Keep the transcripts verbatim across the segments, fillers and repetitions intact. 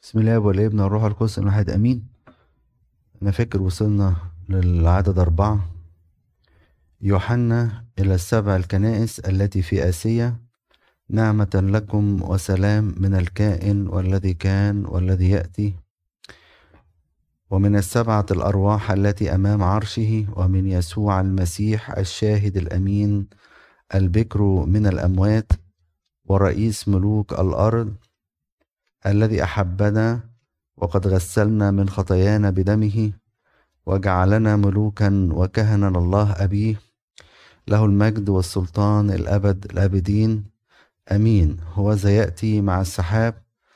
بسم الله والابن والروح القدس الواحد امين. انا فاكر وصلنا للعدد اربعة. يوحنا الى السبع الكنائس التي في اسيا، نعمة لكم وسلام من الكائن والذي كان والذي يأتي، ومن السبعة الأرواح التي أمام عرشه، ومن يسوع المسيح الشاهد الأمين البكر من الأموات ورئيس ملوك الأرض، الذي أحبنا وقد غسلنا من خطايانا بدمه وجعلنا ملوكا وكهنة لله أبيه، له المجد والسلطان الأبد الآبدين أمين. هوذا يأتي مع السحاب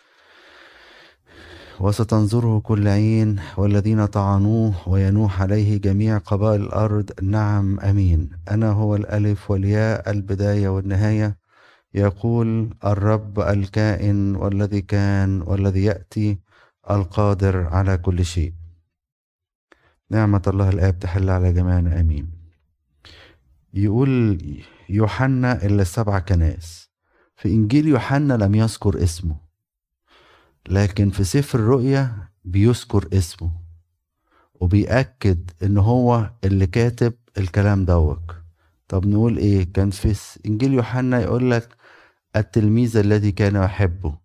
وستنظره كل عين، والذين طعنوه وينوح عليه جميع قبائل الأرض. نعم أمين. أنا هو الألف والياء، البداية والنهاية، يقول الرب الكائن والذي كان والذي يأتي، القادر على كل شيء. نعمة الله الآب تحل على جميعنا آمين. يقول يوحنا إلا السبع كنائس. في إنجيل يوحنا لم يذكر اسمه، لكن في سفر الرؤيا بيذكر اسمه وبيأكد إن هو اللي كاتب الكلام دوت. طب نقول إيه؟ كان في إنجيل يوحنا يقول لك التلميذ الذي كان يحبه،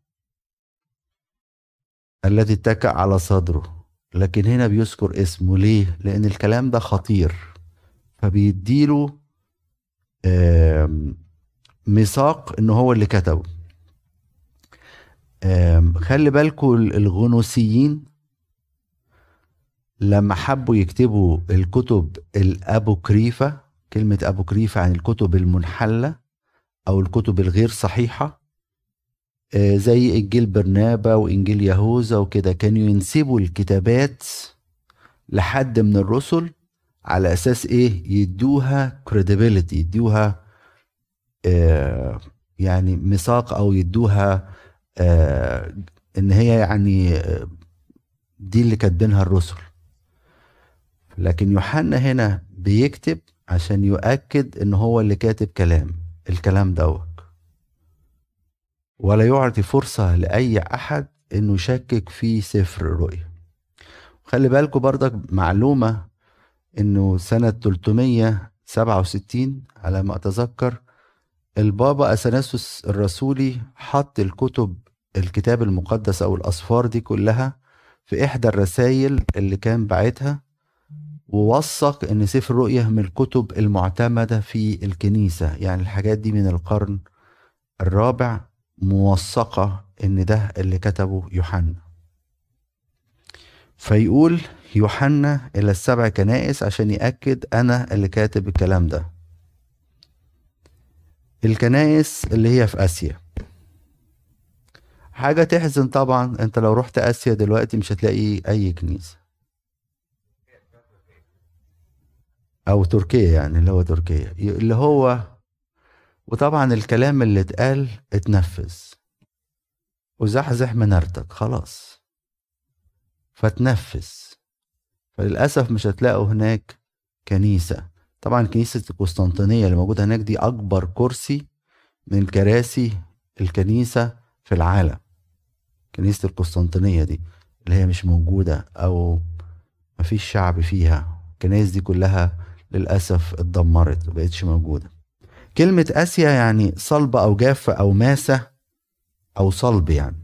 الذي اتكأ على صدره، لكن هنا بيذكر اسمه. ليه؟ لأن الكلام ده خطير، فبيديله ميثاق إنه هو اللي كتبه. خلي بالكوا الغنوسيين لما حبوا يكتبوا الكتب الأبوكريفة، كلمة أبوكريفة عن الكتب المنحلة أو الكتب الغير صحيحة، زي إنجيل برنابا وإنجيل يهوذا وكده، كانوا ينسبوا الكتابات لحد من الرسل على أساس إيه؟ يدوها credibility، يدوها آه يعني ميثاق، أو يدوها آه إن هي يعني آه دي اللي كاتبينها الرسل. لكن يوحنا هنا بيكتب عشان يؤكد إن هو اللي كاتب كلام الكلام دوت، ولا يعطي فرصة لأي أحد إنه يشكك في سفر الرؤيا. خلي بالكم برضك معلومة، إنه سنة ثلاثمية وسبعة وستين على ما أتذكر، البابا أثناسيوس الرسولي حط الكتب الكتاب المقدس أو الأسفار دي كلها في إحدى الرسائل اللي كان باعتها، ووثق إن سفر الرؤيا من الكتب المعتمدة في الكنيسة. يعني الحاجات دي من القرن الرابع، موثقة إن ده اللي كتبه يوحنا. فيقول يوحنا إلى السبع كنائس عشان يأكد أنا اللي كاتب الكلام ده. الكنائس اللي هي في آسيا، حاجة تحزن طبعا. انت لو رحت آسيا دلوقتي مش هتلاقي أي كنيسة، أو تركيا، يعني اللي هو تركيا اللي هو. وطبعا الكلام اللي اتقال اتنفذ، وزحزح منارتك خلاص فتنفذ. فللأسف مش هتلاقوا هناك كنيسة. طبعا كنيسة القسطنطينية اللي موجودة هناك دي أكبر كرسي من كراسي الكنيسة في العالم. كنيسة القسطنطينية دي اللي هي مش موجودة أو مفيش شعب فيها. الكنائس دي كلها للأسف اتدمرت وبقتش موجودة. كلمة آسيا يعني صلب أو جافة أو ماسة أو صلب. يعني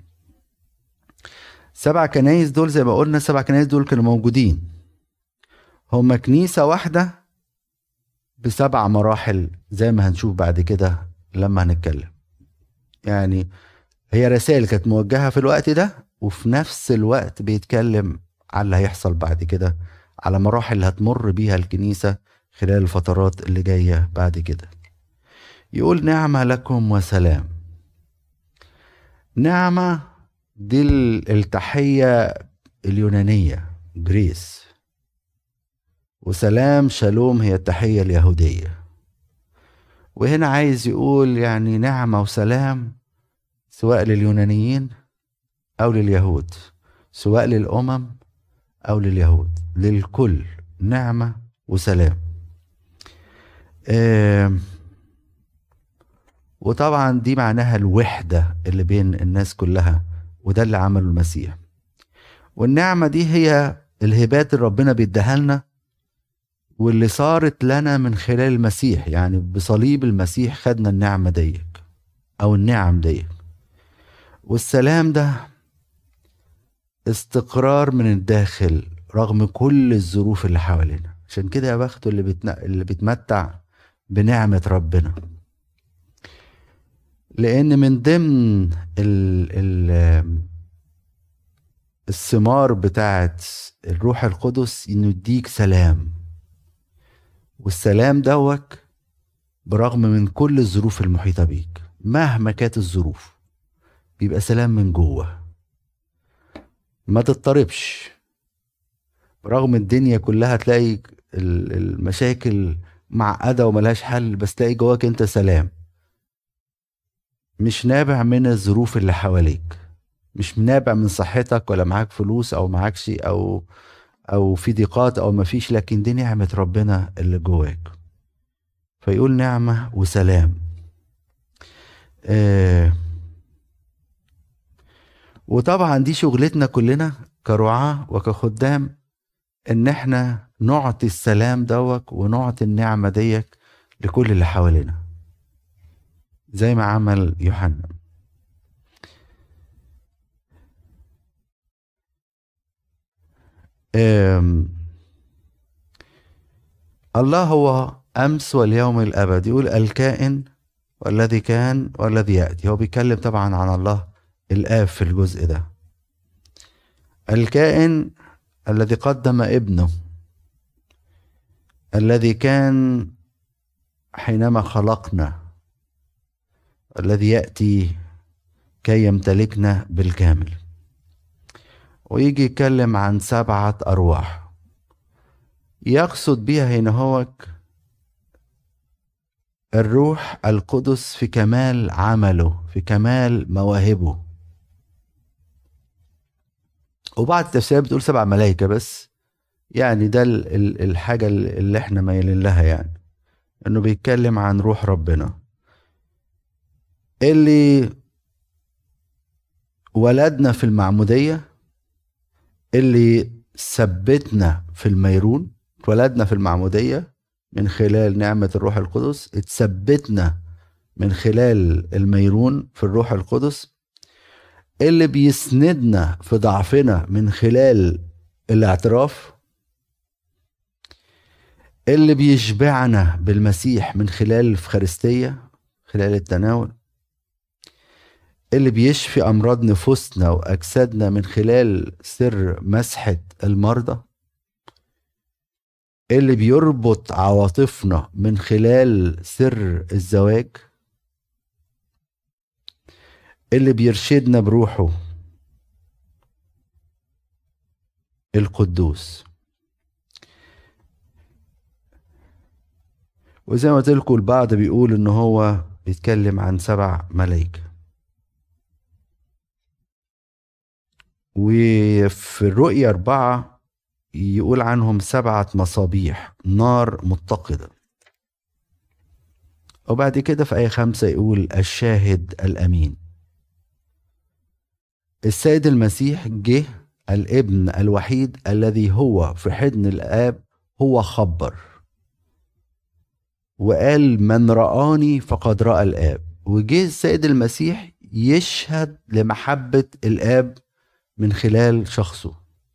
سبع كنائس دول زي ما قلنا، سبع كنائس دول كانوا موجودين، هما كنيسة واحدة بسبع مراحل زي ما هنشوف بعد كده لما هنتكلم. يعني هي رسائل كانت موجهة في الوقت ده، وفي نفس الوقت بيتكلم على اللي هيحصل بعد كده، على مراحل اللي هتمر بيها الكنيسة خلال الفترات اللي جاية بعد كده. يقول نعمة لكم وسلام. نعمة دي التحية اليونانية جريس، وسلام شالوم هي التحية اليهودية. وهنا عايز يقول يعني نعمة وسلام سواء لليونانيين أو لليهود، سواء للأمم أو لليهود، للكل نعمة وسلام. آه وطبعا دي معناها الوحدة اللي بين الناس كلها، وده اللي عمله المسيح. والنعمة دي هي الهبات اللي ربنا بيديها لنا، واللي صارت لنا من خلال المسيح. يعني بصليب المسيح خدنا النعمة ديك او النعم ديك. والسلام ده استقرار من الداخل رغم كل الظروف اللي حوالينا. عشان كده يا بخته اللي, بتنا... اللي بيتمتع بنعمة ربنا. لان من ضمن ال... ال... الثمار بتاعت الروح القدس انه يديك سلام. والسلام دوك برغم من كل الظروف المحيطة بيك، مهما كانت الظروف بيبقى سلام من جوه. ما تضطربش رغم الدنيا كلها، تلاقي المشاكل معقدة وملهاش حل، بس تلاقي جواك انت سلام مش نابع من الظروف اللي حواليك، مش نابع من صحتك ولا معاك فلوس او معاكش او او في ضيقات او مفيش، لكن دي نعمة ربنا اللي جواك. فيقول نعمة وسلام. آه وطبعا دي شغلتنا كلنا كرعاة وكخدام، ان احنا نعطي السلام دوك ونعطي النعمة ديك لكل اللي حوالينا زي ما عمل يوحنا. الله هو أمس واليوم الأبد. يقول الكائن والذي كان والذي يأتي. هو بيتكلم طبعا عن الله الآب في الجزء ده. الكائن الذي قدم ابنه، الذي كان حينما خلقنا، الذي يأتي كي يمتلكنا بالكامل. ويجي يتكلم عن سبعة أرواح يقصد بيها هنا هو الروح القدس في كمال عمله، في كمال مواهبه. وبعض التفسيرات بتقول سبع ملائكة، بس يعني ده الحاجة اللي احنا مايلين لها، يعني انه بيتكلم عن روح ربنا اللي ولدنا في المعمودية، اللي ثبتنا في الميرون. اتولدنا في المعمودية من خلال نعمة الروح القدس، اتثبتنا من خلال الميرون في الروح القدس، اللي بيسندنا في ضعفنا من خلال الاعتراف، اللي بيشبعنا بالمسيح من خلال الإفخارستية، خلال التناول، اللي بيشفي أمراض نفوسنا وأجسادنا من خلال سر مسحة المرضى، اللي بيربط عواطفنا من خلال سر الزواج، اللي بيرشدنا بروحه القدوس. وزي ما قلت لكم البعض بيقول ان هو بيتكلم عن سبع ملائكة. وفي الرؤية أربعة يقول عنهم سبعة مصابيح نار متقدة. وبعد كده في آية خمسة يقول الشاهد الأمين. السيد المسيح جه الابن الوحيد الذي هو في حضن الآب، هو خبر وقال من رآني فقد رأى الآب. وجه السيد المسيح يشهد لمحبة الآب من خلال شخصه.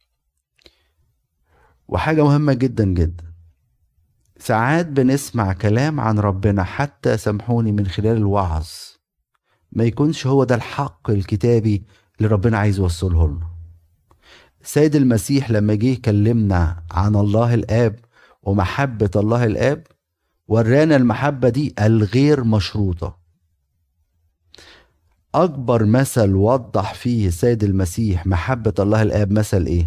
وحاجة مهمة جدا جدا، ساعات بنسمع كلام عن ربنا حتى سامحوني من خلال الوعظ ما يكونش هو ده الحق الكتابي اللي ربنا عايز يوصله لنا. السيد المسيح لما جه كلمنا عن الله الآب ومحبة الله الآب، ورانا المحبة دي الغير مشروطة. أكبر مثل وضح فيه السيد المسيح محبة الله الآب مثل إيه؟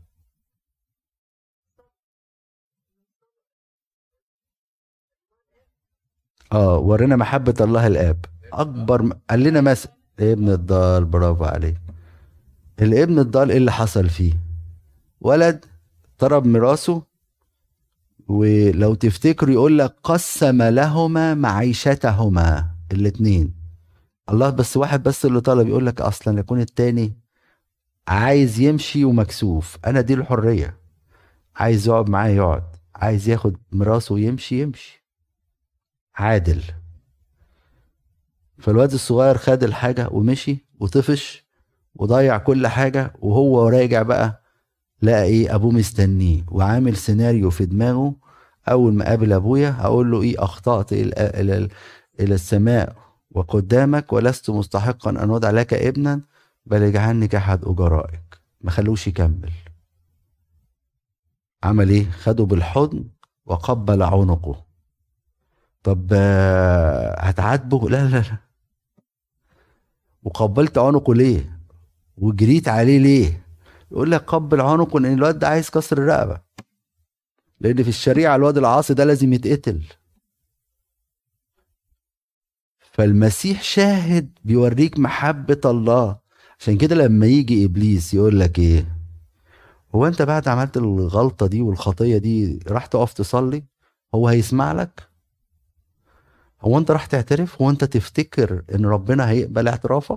آه ورانا محبة الله الآب. أكبر م... قال لنا مثل ابن الضال. برافو عليه. الابن الضال إيه اللي حصل فيه؟ ولد طلب ميراثه، ولو تفتكروا يقول لك قسم لهما معيشتهما الاتنين. الله بس واحد بس اللي طلب، يقول لك اصلا يكون التاني عايز يمشي ومكسوف، انا دي الحرية. عايز يقعد معايا يقعد، عايز ياخد مراسه ويمشي يمشي. عادل. فالواد الصغير خد الحاجة ومشي وطفش وضيع كل حاجة، وهو راجع بقى لقى ايه؟ ابوه مستنيه وعامل سيناريو في دماغه. اول ما قابل ابويا هقول له ايه؟ اخطأت الى الى الى السماء وقدامك، ولست مستحقا ان ادعى لك ابنا، بل اجعلني كاحد اجرائك. ما خلوش يكمل. عمل ايه؟ خده بالحضن وقبل عنقه. طب آه، هتعاتبه؟ لا لا لا. وقبلت عنقه ليه؟ وجريت عليه ليه؟ يقول لك قبل عنقه لان الواد ده عايز كسر الرقبه، لان في الشريعه الواد العاصي ده لازم يتقتل. فالمسيح شاهد بيوريك محبه الله. عشان كده لما يجي ابليس يقول لك ايه؟ هو انت بعد عملت الغلطه دي والخطيه دي راح تقف تصلي؟ هو هيسمع لك؟ هو انت راح تعترف؟ هو انت تفتكر ان ربنا هيقبل اعترافك؟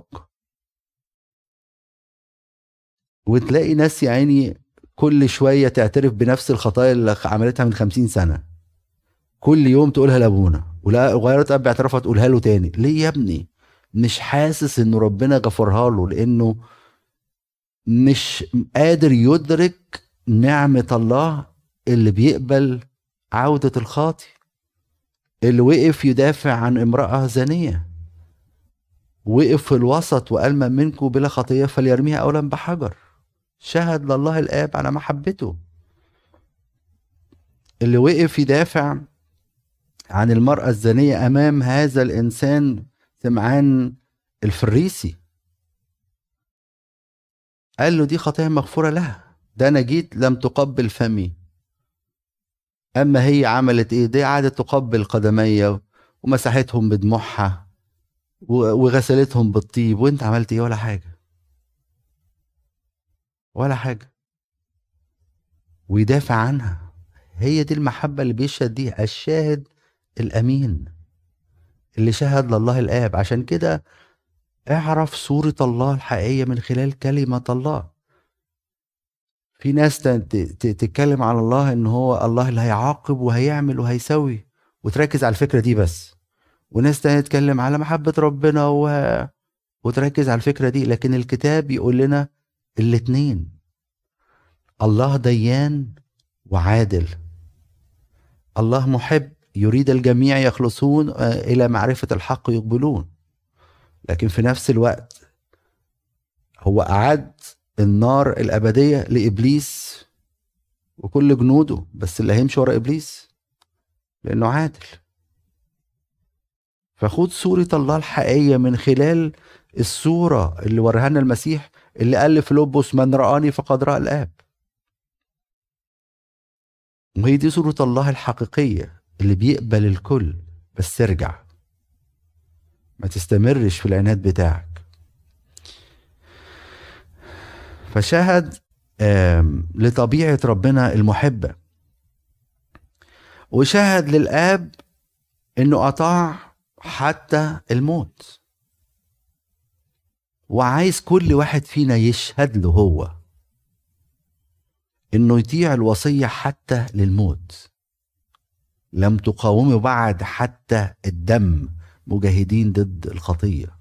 وتلاقي ناس يا عيني كل شويه تعترف بنفس الخطايا اللي عملتها من خمسين سنه، كل يوم تقولها لابونا، ولا غيرت اب اعترافها تقولها له تاني. ليه يا ابني؟ مش حاسس ان ربنا غفرها له، لانه مش قادر يدرك نعمة الله اللي بيقبل عودة الخاطي، اللي وقف يدافع عن امرأة زانية، وقف في الوسط وقال من منكم بلا خطية فليرميها أولا بحجر. شهد لله الآب على محبته. اللي وقف يدافع عن المرأة الزانية أمام هذا الإنسان سمعان الفريسي، قال له دي خطية مغفورة لها، ده أنا جيت لم تقبل فمي. أما هي عملت إيه؟ دي قعدت تقبل قدمي ومسحتهم بدموعها وغسلتهم بالطيب، وانت عملت ايه؟ ولا حاجة، ولا حاجة. ويدافع عنها. هي دي المحبة اللي بيشهد دي الشاهد الأمين اللي شهد لله الآب. عشان كده اعرف صورة الله الحقيقية من خلال كلمة الله. في ناس تتكلم على الله ان هو الله اللي هيعاقب وهيعمل وهيسوي وتركز على الفكرة دي بس، وناس تانية تتكلم على محبة ربنا و... وتركز على الفكرة دي. لكن الكتاب يقول لنا الاتنين. الله ديان وعادل. الله محب يريد الجميع يخلصون إلى معرفة الحق يقبلون، لكن في نفس الوقت هو أعد النار الأبدية لإبليس وكل جنوده، بس اللي هيمشي ورا إبليس لأنه عادل. فخد صورة الله الحقيقية من خلال الصورة اللي ورهانا لنا المسيح، اللي قال لفيلبس من رآني فقد رأى الآب. وهي دي صورة الله الحقيقية اللي بيقبل الكل. بس ارجع، ما تستمرش في العناد بتاعك. فشهد لطبيعة ربنا المحبة، وشهد للآب انه اطاع حتى الموت، وعايز كل واحد فينا يشهد له هو انه يطيع الوصية حتى للموت. لم تقاوموا بعد حتى الدم مجاهدين ضد الخطية.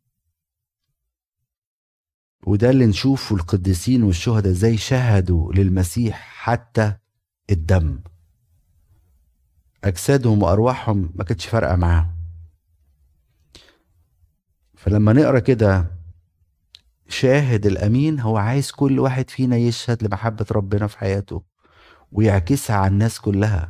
وده اللي نشوفه القديسين والشهداء ازاي شهدوا للمسيح حتى الدم. اجسادهم وارواحهم ما كانتش فارقه معاهم. فلما نقرا كده شاهد الامين، هو عايز كل واحد فينا يشهد لمحبه ربنا في حياته ويعكسها على الناس كلها.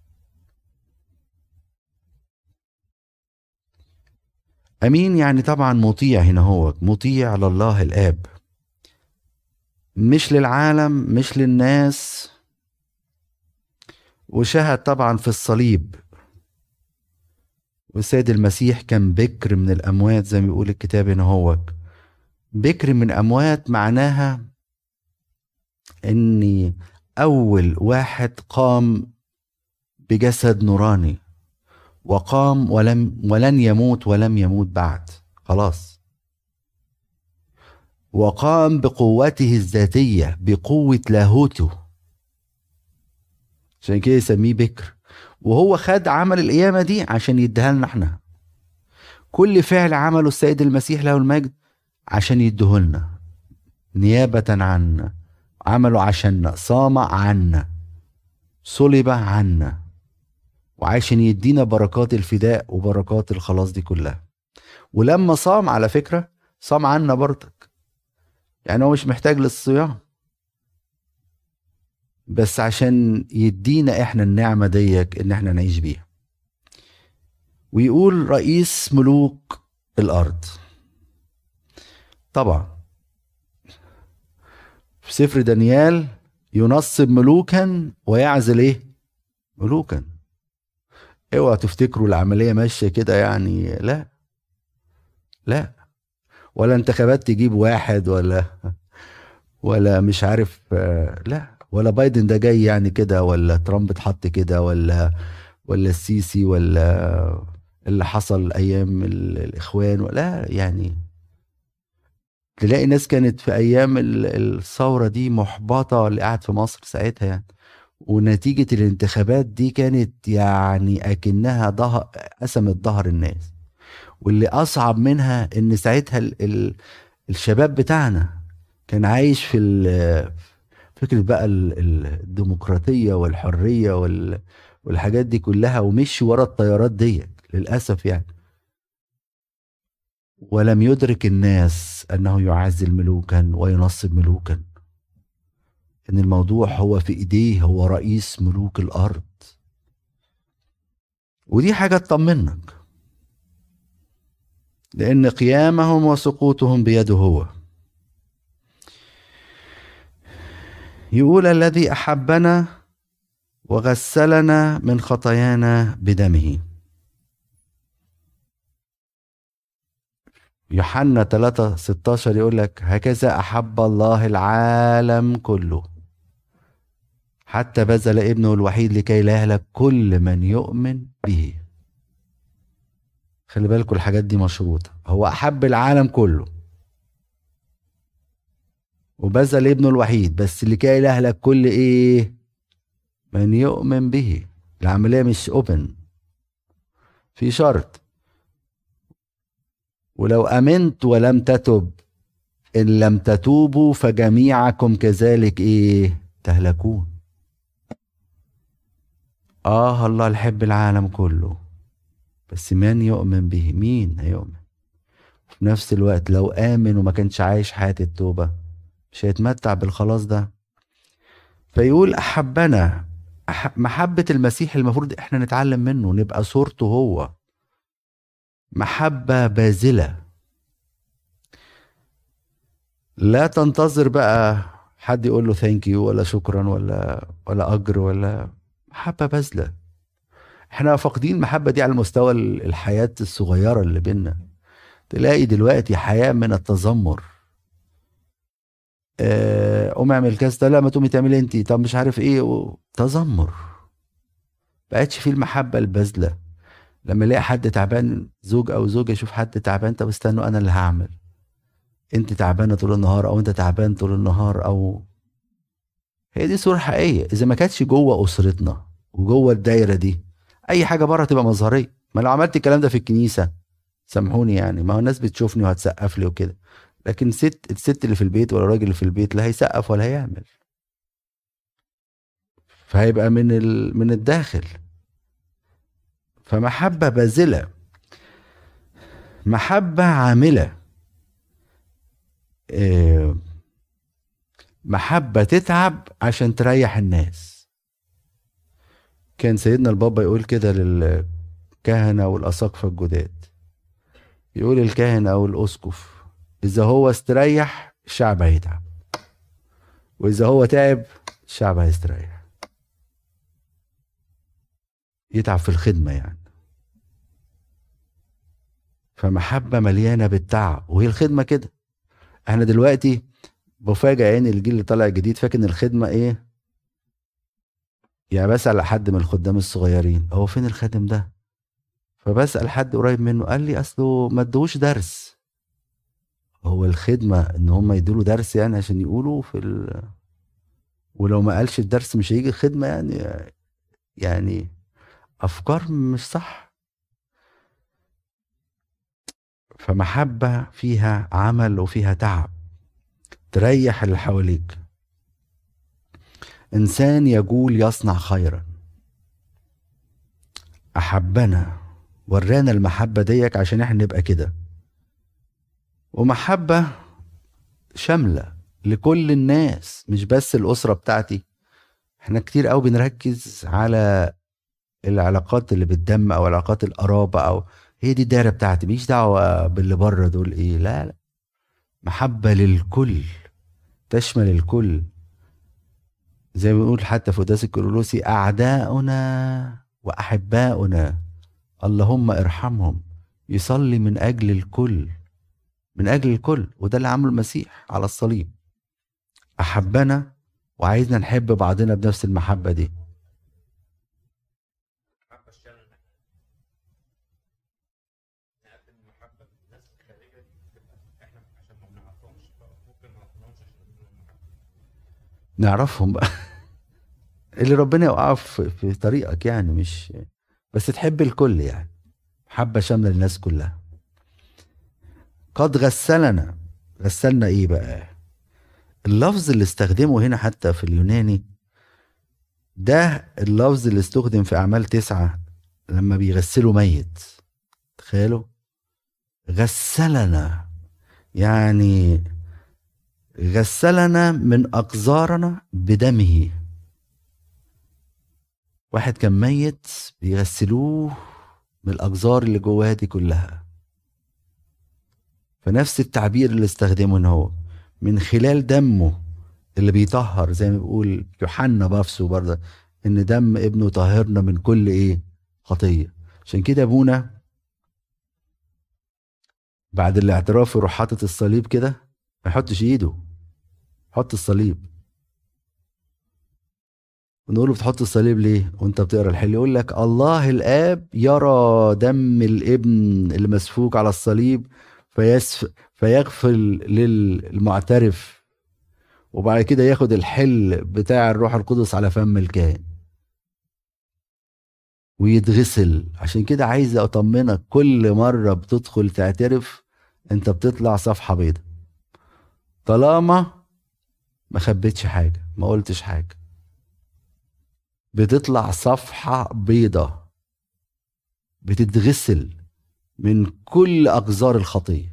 امين يعني طبعا مطيع. هنا هو مطيع لله الاب، مش للعالم، مش للناس. وشهد طبعا في الصليب، والسيد المسيح كان بكر من الاموات زي ما بيقول الكتاب. هنا هو بكر من اموات، معناها اني اول واحد قام بجسد نوراني، وقام ولم ولن يموت ولم يموت بعد. خلاص. وقام بقوته الذاتية، بقوة لاهوته، عشان كده يسميه بكر. وهو خد عمل القيامة دي عشان يديها لنا احنا. كل فعل عمله السيد المسيح له المجد عشان يديهولنا نيابة عنا، عمله عشان صام عنا، صلب عنا، وعشان يدينا بركات الفداء وبركات الخلاص دي كلها. ولما صام على فكرة صام عنا برضك، يعني هو مش محتاج للصيام، بس عشان يدينا احنا النعمة ديك ان احنا نعيش بيها. ويقول رئيس ملوك الارض. طبعا في سفر دانيال ينصب ملوكا ويعزل ايه ملوكا. اوعى تفتكروا العملية ماشية كده يعني، لا لا، ولا انتخابات تجيب واحد ولا ولا مش عارف، لا، ولا بايدن ده جاي يعني كده، ولا ترامب اتحط كده، ولا ولا السيسي، ولا اللي حصل ايام الاخوان، ولا يعني تلاقي ناس كانت في ايام الثورة دي محبطة اللي قاعد في مصر ساعتها يعني، ونتيجة الانتخابات دي كانت يعني اكنها ظهر قسمت ظهر الناس. واللي اصعب منها ان ساعتها ال ال الشباب بتاعنا كان عايش في فكرة بقى الديمقراطية والحرية والحاجات دي كلها، ومشي ورا الطيارات دي للأسف يعني. ولم يدرك الناس أنه يعزل ملوكا وينصب ملوكا، إن الموضوع هو في إيديه، هو رئيس ملوك الأرض. ودي حاجة تطمنك، لأن قيامهم وسقوطهم بيده هو. يقول الذي أحبنا وغسلنا من خطايانا بدمه. يوحنا ثلاثة ستاشر يقول لك هكذا أحب الله العالم كله حتى بذل ابنه الوحيد لكي لا يهلك كل من يؤمن به. خلي بالكم الحاجات دي مشروطة، هو أحب العالم كله وبذل ابنه الوحيد، بس لكي لا يهلك كل إيه من يؤمن به. العملية مش اوبن، في شرط. ولو أمنت ولم تتب، إن لم تتوبوا فجميعكم كذلك إيه تهلكون. آه الله يحب العالم كله، بس من يؤمن به؟ مين هيؤمن؟ في نفس الوقت لو آمن وما كانش عايش حياة التوبة مش هيتمتع بالخلاص ده. فيقول أحبنا، محبة المسيح المفروض احنا نتعلم منه، نبقى صورته هو، محبة باذلة. لا تنتظر بقى حد يقول له ثانك يو ولا شكرا ولا ولا أجر، ولا محبة باذلة. احنا فاقدين المحبة دي على مستوى الحياة الصغيرة اللي بينا. تلاقي دلوقتي حياة من التذمر، قوم اعمل كاس ده، لا ما تقومي تعملي انتي، طب مش عارف ايه، تذمر. بقتش فيه المحبة الباذلة. لما يلاقي حد تعبان، زوج او زوجة يشوف حد تعبان، طب استنوا انا اللي هعمل، انت تعبانة طول النهار او انت تعبان طول النهار، او هي دي صورة حقيقية. اذا ما كانتش جوه اسرتنا وجوه الدايرة دي، اي حاجة بره تبقى مظهرية. ما لو عملت الكلام ده في الكنيسة سامحوني يعني، ما هو الناس بتشوفني وهتسقف لي وكده، لكن ست الست اللي في البيت ولا الراجل اللي في البيت لا هيسقف ولا هيعمل. فهيبقى من ال... من الداخل. فمحبة باذلة، محبة عاملة، إيه، محبة تتعب عشان تريح الناس. كان سيدنا البابا يقول كده للكهنة والأساقفة الجداد، يقول الكاهن أو الأسقف إذا هو استريح الشعب هيتعب، وإذا هو تعب الشعب هيستريح، يتعب في الخدمة يعني. فمحبة مليانة بالتعب، وهي الخدمة كده. احنا دلوقتي بفاجئ يعني الجيل اللي طالع جديد فاكر ان الخدمة ايه يعني. بسأل حد من الخدام الصغيرين هو فين الخادم ده، فبسأل حد قريب منه قال لي اصله ما ادوش درس. هو الخدمة ان هم يديله درس يعني عشان يقولوا في ال... ولو ما قالش الدرس مش هيجي الخدمة يعني. يعني افكار مش صح. فمحبة فيها عمل وفيها تعب، تريح اللي حواليك. انسان يقول يصنع خيرا، احبنا، ورانا المحبة ديك عشان احنا نبقى كده. ومحبة شاملة لكل الناس، مش بس الأسرة بتاعتي. احنا كتير قوي بنركز على العلاقات اللي بالدم او علاقات القرابة، او هي دي الدايرة بتاعتي، ماليش دعوة باللي بره دول ايه. لا لا، محبة للكل، تشمل الكل. زي ما بنقول حتى في قداس الكيرلسي، أعداؤنا وأحباؤنا اللهم ارحمهم. يصلي من أجل الكل، من أجل الكل. وده اللي عمله المسيح على الصليب، أحبنا وعايزنا نحب بعضنا بنفس المحبة دي. نعرفهم بقى اللي ربنا يوقعه في في طريقك يعني، مش بس تحب الكل يعني. محبة شاملة للناس كلها. قد غسلنا. غسلنا ايه بقى؟ اللفظ اللي استخدمه هنا حتى في اليوناني ده اللفظ اللي استخدم في أعمال تسعة لما بيغسلوا ميت. تخيلوا، غسلنا يعني غسلنا من أقذارنا بدمه. واحد كان ميت بيغسلوه من الأقذار اللي جواه دي كلها. فنفس التعبير اللي استخدمه ان هو من خلال دمه اللي بيطهر، زي ما بيقول يوحنا بنفسه برضه، ان دم ابنه طهرنا من كل ايه؟ خطيه. عشان كده ابونا بعد الاعتراف يروح حاطط الصليب كده، ما يحطش ايده، حط الصليب. ونقول له بتحط الصليب ليه وانت بتقرا الحل؟ يقول لك الله الاب يرى دم الابن اللي مسفوك على الصليب فيسف فيغفر للمعترف، وبعد كده ياخد الحل بتاع الروح القدس على فم الكاهن ويتغسل. عشان كده عايز اطمنك، كل مرة بتدخل تعترف انت بتطلع صفحة بيضة، طالما ما خبيتش حاجة، ما قلتش حاجة، بتطلع صفحة بيضة، بتتغسل من كل أقذار الخطية.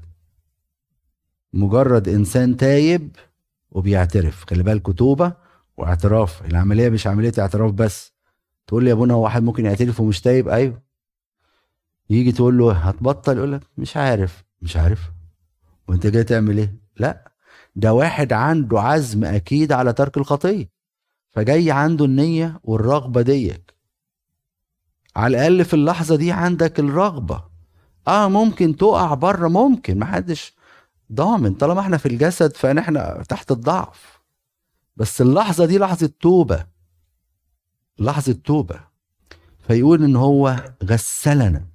مجرد إنسان تايب وبيعترف. خلي بالكوا، توبة واعتراف، العملية مش عملية اعتراف بس. تقول لي يا ابونا هو واحد ممكن يعترف ومش تايب؟ أيوه. يجي تقول له هتبطل، يقول لك مش عارف. مش عارف وانت جاي تعمل ايه؟ لا، ده واحد عنده عزم اكيد على ترك الخطيه، فجاي عنده النيه والرغبه ديك. على الاقل في اللحظه دي عندك الرغبه. اه ممكن تقع بره، ممكن، محدش ضامن، طالما احنا في الجسد فاحنا تحت الضعف. بس اللحظه دي لحظه توبه، لحظه توبه. فيقول ان هو غسلنا.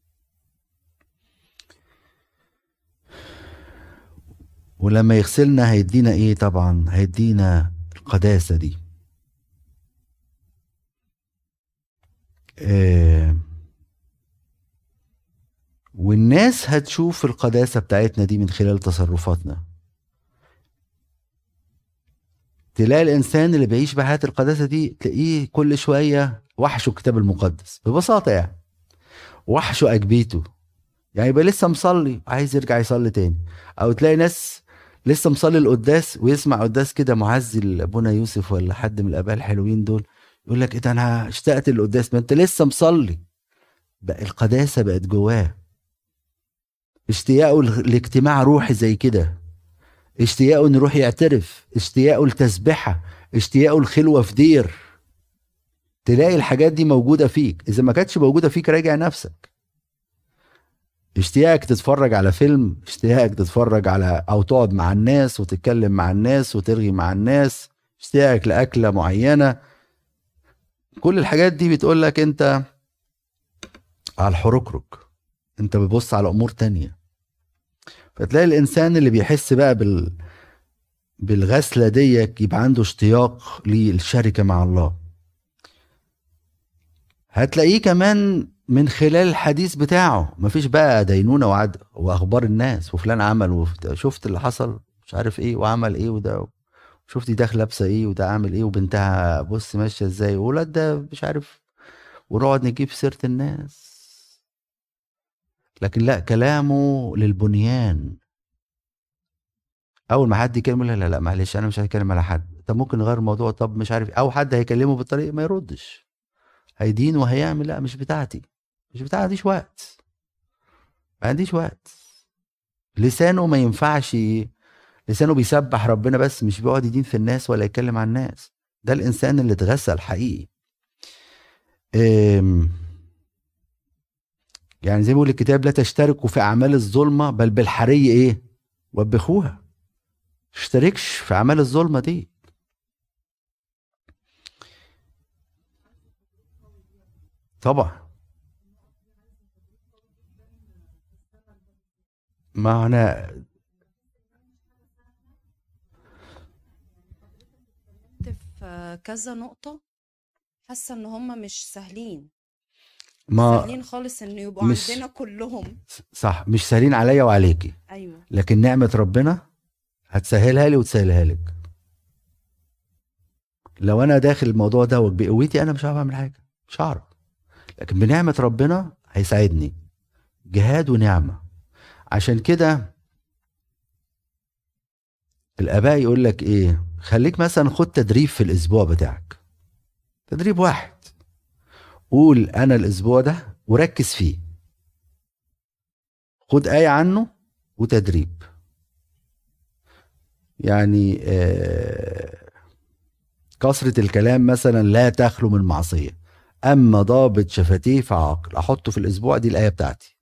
ولما يغسلنا هيدينا ايه؟ طبعا هيدينا القداسه دي. آه والناس هتشوف القداسة بتاعتنا دي من خلال تصرفاتنا. تلاقي الإنسان اللي بيعيش بحياة القداسة دي تلاقيه كل شوية وحشه الكتاب المقدس، ببساطة يعني وحشه أجبيته. يعني يبقى لسه مصلي عايز يرجع يصلي تاني. أو تلاقي ناس لسه مصلي القداس ويسمع قداس كده معزي لأبونا يوسف ولا حد من الآباء الحلوين دول، يقول لك إيه ده، أنا اشتقت للقداس. ما أنت لسه مصلي. بقى القداسة بقت جواه، اشتياقه لاجتماع روحي زي كده، اشتياقه انه يروح يعترف، اشتياقه لتسبحة، اشتياقه الخلوة في دير. تلاقي الحاجات دي موجودة فيك. اذا ما كانتش موجودة فيك راجع نفسك. اشتياقك تتفرج على فيلم، اشتياقك تتفرج على او تقعد مع الناس وتتكلم مع الناس وترغي مع الناس، اشتياقك لأكلة معينة، كل الحاجات دي بتقولك انت على الحركرك، انت بتبص على امور تانية. فتلاقي الانسان اللي بيحس بقى بال بالغسله ديك يبقى عنده اشتياق للشركه مع الله. هتلاقيه كمان من خلال الحديث بتاعه مفيش بقى دينونه وعد واخبار الناس وفلان عمل وشفت اللي حصل مش عارف ايه وعمل ايه وده شفت دي داخله لابسه ايه وده عامل ايه وبنتها بص ماشيه ازاي وولاد ده مش عارف، ونقعد نجيب سيره الناس. لكن لا، كلامه للبنيان. اول ما حد يكلمه لا لا لا معلش انا مش هتكلم على حد، طب ممكن نغير الموضوع، طب مش عارف، او حد هيكلمه بالطريقه ما يردش هيدين وهيعمل، لا مش بتاعتي مش بتاعتي، ما عنديش وقت ما عنديش وقت. لسانه ما ينفعش، لسانه بيسبح ربنا بس مش بيقعد يدين في الناس ولا يتكلم عن الناس. ده الانسان اللي اتغسل حقيقي. يعني زي ما بيقول الكتاب لا تشتركوا في اعمال الظلمه بل بالحري ايه وبخوها. اشتركش في اعمال الظلمه دي. طبعا ما انا في كذا نقطة حاسة ان هم مش سهلين، مش ما سهلين خالص ان يبقوا مش عندنا كلهم. صح، مش سهلين عليا وعليكي، ايوه لكن نعمه ربنا هتسهلها لي وتسهلها لك. لو انا داخل الموضوع ده بقوتي انا مش هعرف اعمل حاجه، مش هعرف، لكن بنعمه ربنا هيساعدني. جهاد ونعمه. عشان كده الاباء يقول لك ايه، خليك مثلا خد تدريب في الاسبوع بتاعك، تدريب واحد، قول انا الاسبوع ده وركز فيه، خد آية عنه وتدريب. يعني آه كثرة الكلام مثلا لا تخلو من معصية، اما ضابط شفتيه فعاقل. احطه في الاسبوع، دي الاية بتاعتي،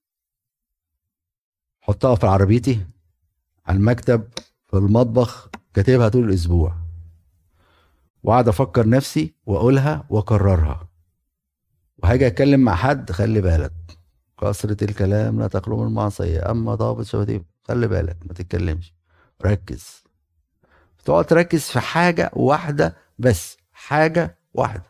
حطها في عربيتي، على المكتب، في المطبخ، كاتبها طول الاسبوع، وقعد افكر نفسي واقولها واكررها. وهاجي اتكلم مع حد، خلي بالك كثرة الكلام لا تخلو من معصية، اما ضابط شفتيه، خلي بالك ما تتكلمش، ركز. تقعد تركز في حاجة واحدة بس، حاجة واحدة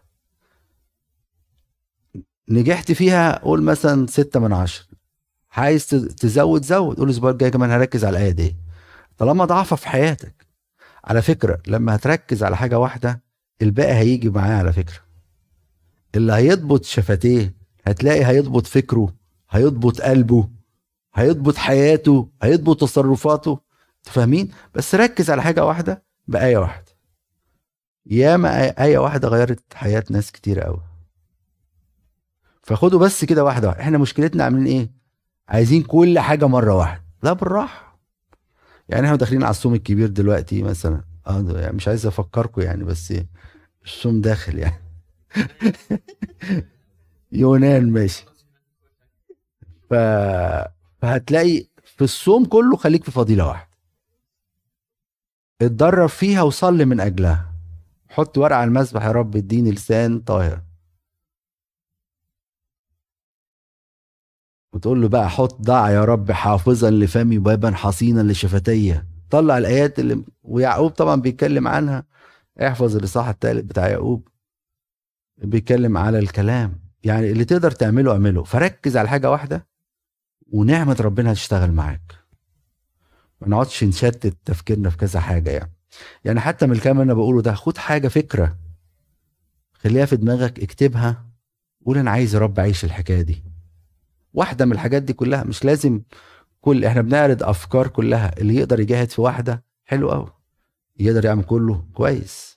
نجحت فيها قول مثلا ستة من عشرة. عايز تزود زود، قول الاسبوع الجاي كمان هركز على الآية دي، طالما ضعفة في حياتك. على فكرة لما هتركز على حاجة واحدة الباقي هيجي معاه. على فكرة اللي هيضبط شفتيه هتلاقي هيضبط فكره، هيضبط قلبه، هيضبط حياته، هيضبط تصرفاته. تفهمين؟ بس ركز على حاجة واحدة بآية واحدة. ياما آية واحدة غيرت حياة ناس كتير قوي. فخدوا بس كده واحدة واحدة. احنا مشكلتنا عاملين ايه؟ عايزين كل حاجة مرة واحدة. لا بالراحة. يعني احنا داخلين على الصوم الكبير دلوقتي مثلا، اه يعني مش عايز افكركم يعني، بس الصوم داخل يعني. يونان ماشي. ف... فهتلاقي في الصوم كله خليك في فضيلة واحدة، اتدرب فيها وصلي من اجلها. حط ورقة على المسبح، يا رب اديني لسان طاهر، وتقول له بقى حط ضع يا رب حافظا لفمي بابا حصينا لشفتي. طلع الايات اللي ويعقوب طبعا بيتكلم عنها، احفظ الاصحاح الثالث بتاع يعقوب بيتكلم على الكلام. يعني اللي تقدر تعمله اعمله، فركز على حاجه واحده ونعمه ربنا هتشتغل معاك. ما نقعدش نشتت تفكيرنا في كذا حاجه يعني. يعني حتى من الكلام اللي انا بقوله ده، خد حاجه فكره خليها في دماغك، اكتبها، قول انا عايز يا رب اعيش الحكايه دي. واحده من الحاجات دي كلها، مش لازم كل، احنا بنعرض افكار كلها، اللي يقدر يجاهد في واحده حلو قوي، يقدر يعمل كله كويس.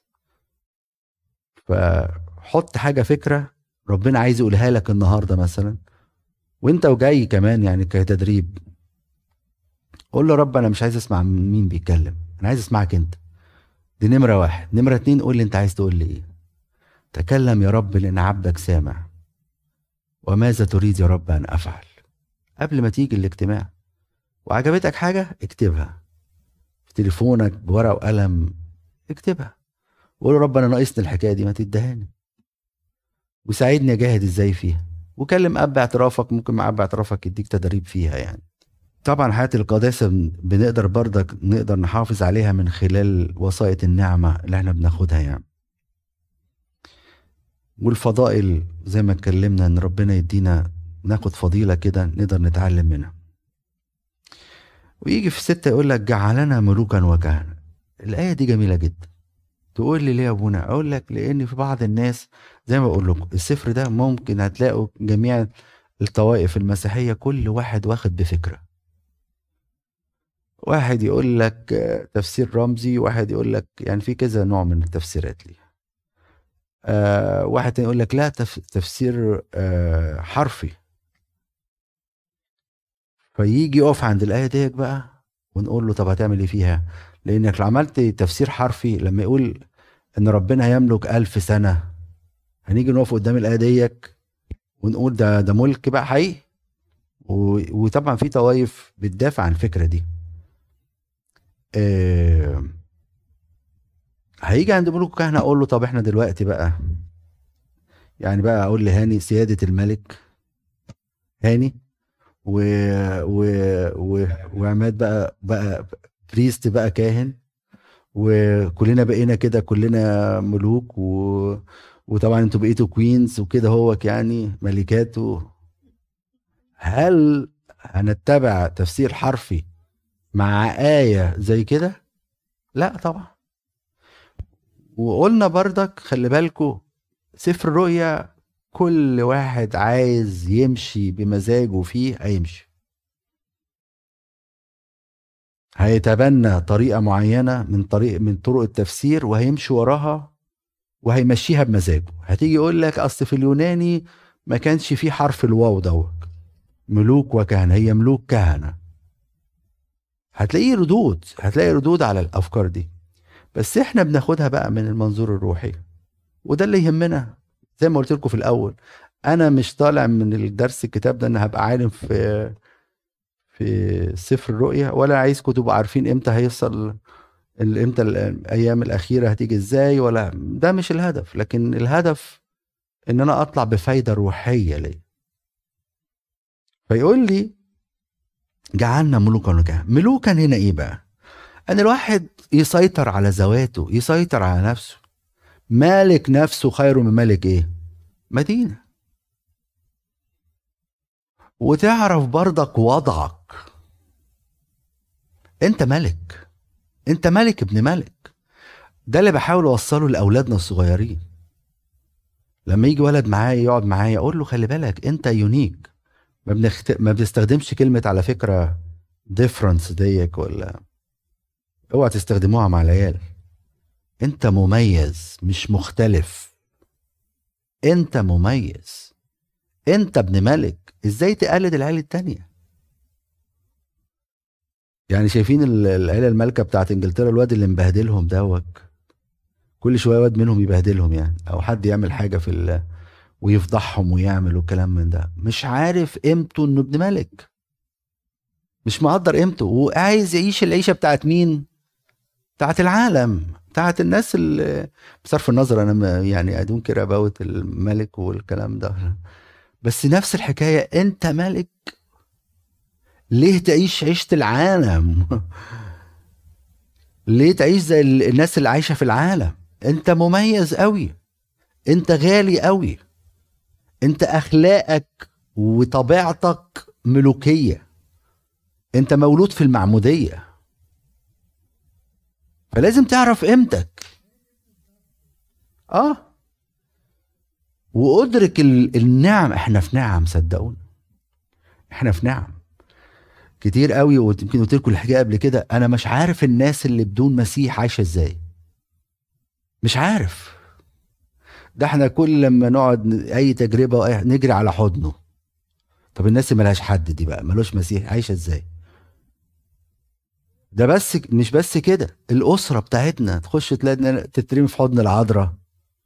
فحط حاجه فكره ربنا عايز يقولها لك النهارده مثلا، وانت وجاي كمان يعني كتدريب، قول له رب انا مش عايز اسمع مين بيتكلم، انا عايز اسمعك انت. دي نمره واحد. نمره اتنين، قول لي انت عايز تقول لي ايه. تكلم يا رب لان عبدك سامع، وماذا تريد يا رب ان افعل. قبل ما تيجي الاجتماع وعجبتك حاجه اكتبها في تليفونك بورقه وقلم، اكتبها وقول رب انا ناقصني الحكايه دي، ما تدهاني وساعدني اجاهد ازاي فيها. وكلم اب اعترافك، ممكن مع اب اعترافك يديك تدريب فيها يعني. طبعا حياة القداسة بنقدر برضك نقدر نحافظ عليها من خلال وسائط النعمة اللي احنا بناخدها يعني. والفضائل زي ما اتكلمنا ان ربنا يدينا ناخد فضيلة كده نقدر نتعلم منها. ويجي في ستة يقول لك جعلنا ملوكا وكهنة. الآية دي جميلة جدا. تقول لي ليه يا ابونا؟ اقول لك لان في بعض الناس زي ما بقول لكم السفر ده ممكن هتلاقوا جميع الطوائف المسيحية كل واحد واخد بفكرة. واحد يقول لك تفسير رمزي، واحد يقول لك يعني في كذا نوع من التفسيرات ليه. آه واحد يقول لك لا تف تفسير آه حرفي. فيجي يقف عند الآية ديك بقى ونقول له طب هتعمل ايه فيها؟ لانك لو عملت تفسير حرفي لما يقول ان ربنا يملك ألف سنة، هنيجي نقف قدام الآية ديك ونقول ده ده ملك بقى حقيقي. وطبعا في طوائف بتدافع عن الفكرة دي. آه هيجي عند ملوك كهنة اقول له طب احنا دلوقتي بقى يعني بقى اقول لهاني سيادة الملك هاني و و و وعماد بقى بقى بريست بقى كاهن، وكلنا بقينا كده كلنا ملوك و... وطبعا انتوا بقيتوا كوينز وكده هوك يعني ملكات و... هل هنتبع تفسير حرفي مع آية زي كده؟ لا طبعا. وقلنا برضك خلي بالكوا سفر الرؤيا كل واحد عايز يمشي بمزاجه فيه هيمشي، هيتبنى طريقة معينة من طريق من طرق التفسير وهيمشي وراها وهيمشيها بمزاجه. هتيجي يقول لك اصل في اليوناني ما كانش فيه حرف الواو دوت ملوك وكهنة، هي ملوك كهنة. هتلاقي ردود هتلاقي ردود على الافكار دي، بس احنا بناخدها بقى من المنظور الروحي وده اللي يهمنا. زي ما قلت لكم في الاول انا مش طالع من الدرس الكتاب ده ان هبقى عالم في في سفر الرؤيا، ولا عايزكم تبقوا عارفين امتى هيوصل امتى الايام الاخيره هتيجي ازاي، ولا ده مش الهدف. لكن الهدف ان انا اطلع بفايده روحيه لي. فيقول لي جعلنا ملوكا وكهنة. ملوكا هنا ايه بقى؟ ان الواحد يسيطر على ذواته، يسيطر على نفسه. مالك نفسه خير من ملك ايه؟ مدينه. وتعرف برضك وضعك، انت ملك، انت ملك ابن ملك. ده اللي بحاول اوصله لاولادنا الصغيرين. لما يجي ولد معايا يقعد معايا اقول له خلي بالك انت يونيك. ما بنخت... ما بنستخدمش كلمه على فكره ديفرنس ديك، ولا اوعى تستخدموها مع العيال. انت مميز مش مختلف، انت مميز، انت ابن ملك. ازاي تقلد العيال التانية؟ يعني شايفين العيله المالكه بتاعت انجلترا الواد اللي مبهدلهم دوك، كل شويه واد منهم يبهدلهم يعني، او حد يعمل حاجه في ال... ويفضحهم ويعمل وكلام من ده. مش عارف قيمته انه ابن ملك، مش مقدر قيمته، وعايز يعيش العيشه بتاعت مين؟ بتاعت العالم، بتاعت الناس اللي بصرف النظر انا يعني ادون كده اباوت الملك والكلام ده، بس نفس الحكايه. انت ملك، ليه تعيش عيشه العالم؟ ليه تعيش زي الناس اللي عايشه في العالم؟ انت مميز قوي، انت غالي قوي، انت اخلاقك وطبيعتك ملوكيه، انت مولود في المعموديه، فلازم تعرف قيمتك. اه وادرك النعم. احنا في نعم، صدقوني احنا في نعم كتير قوي. ويمكن قلت لكم الحكايه قبل كده، انا مش عارف الناس اللي بدون مسيح عايشه ازاي، مش عارف. ده احنا كل لما نقعد اي تجربه نجري على حضنه. طب الناس اللي ملهاش حد دي بقى، ملوش مسيح، عايشه ازاي؟ ده بس مش بس كده، الاسره بتاعتنا تخش تلاقي تترمي في حضن العذراء،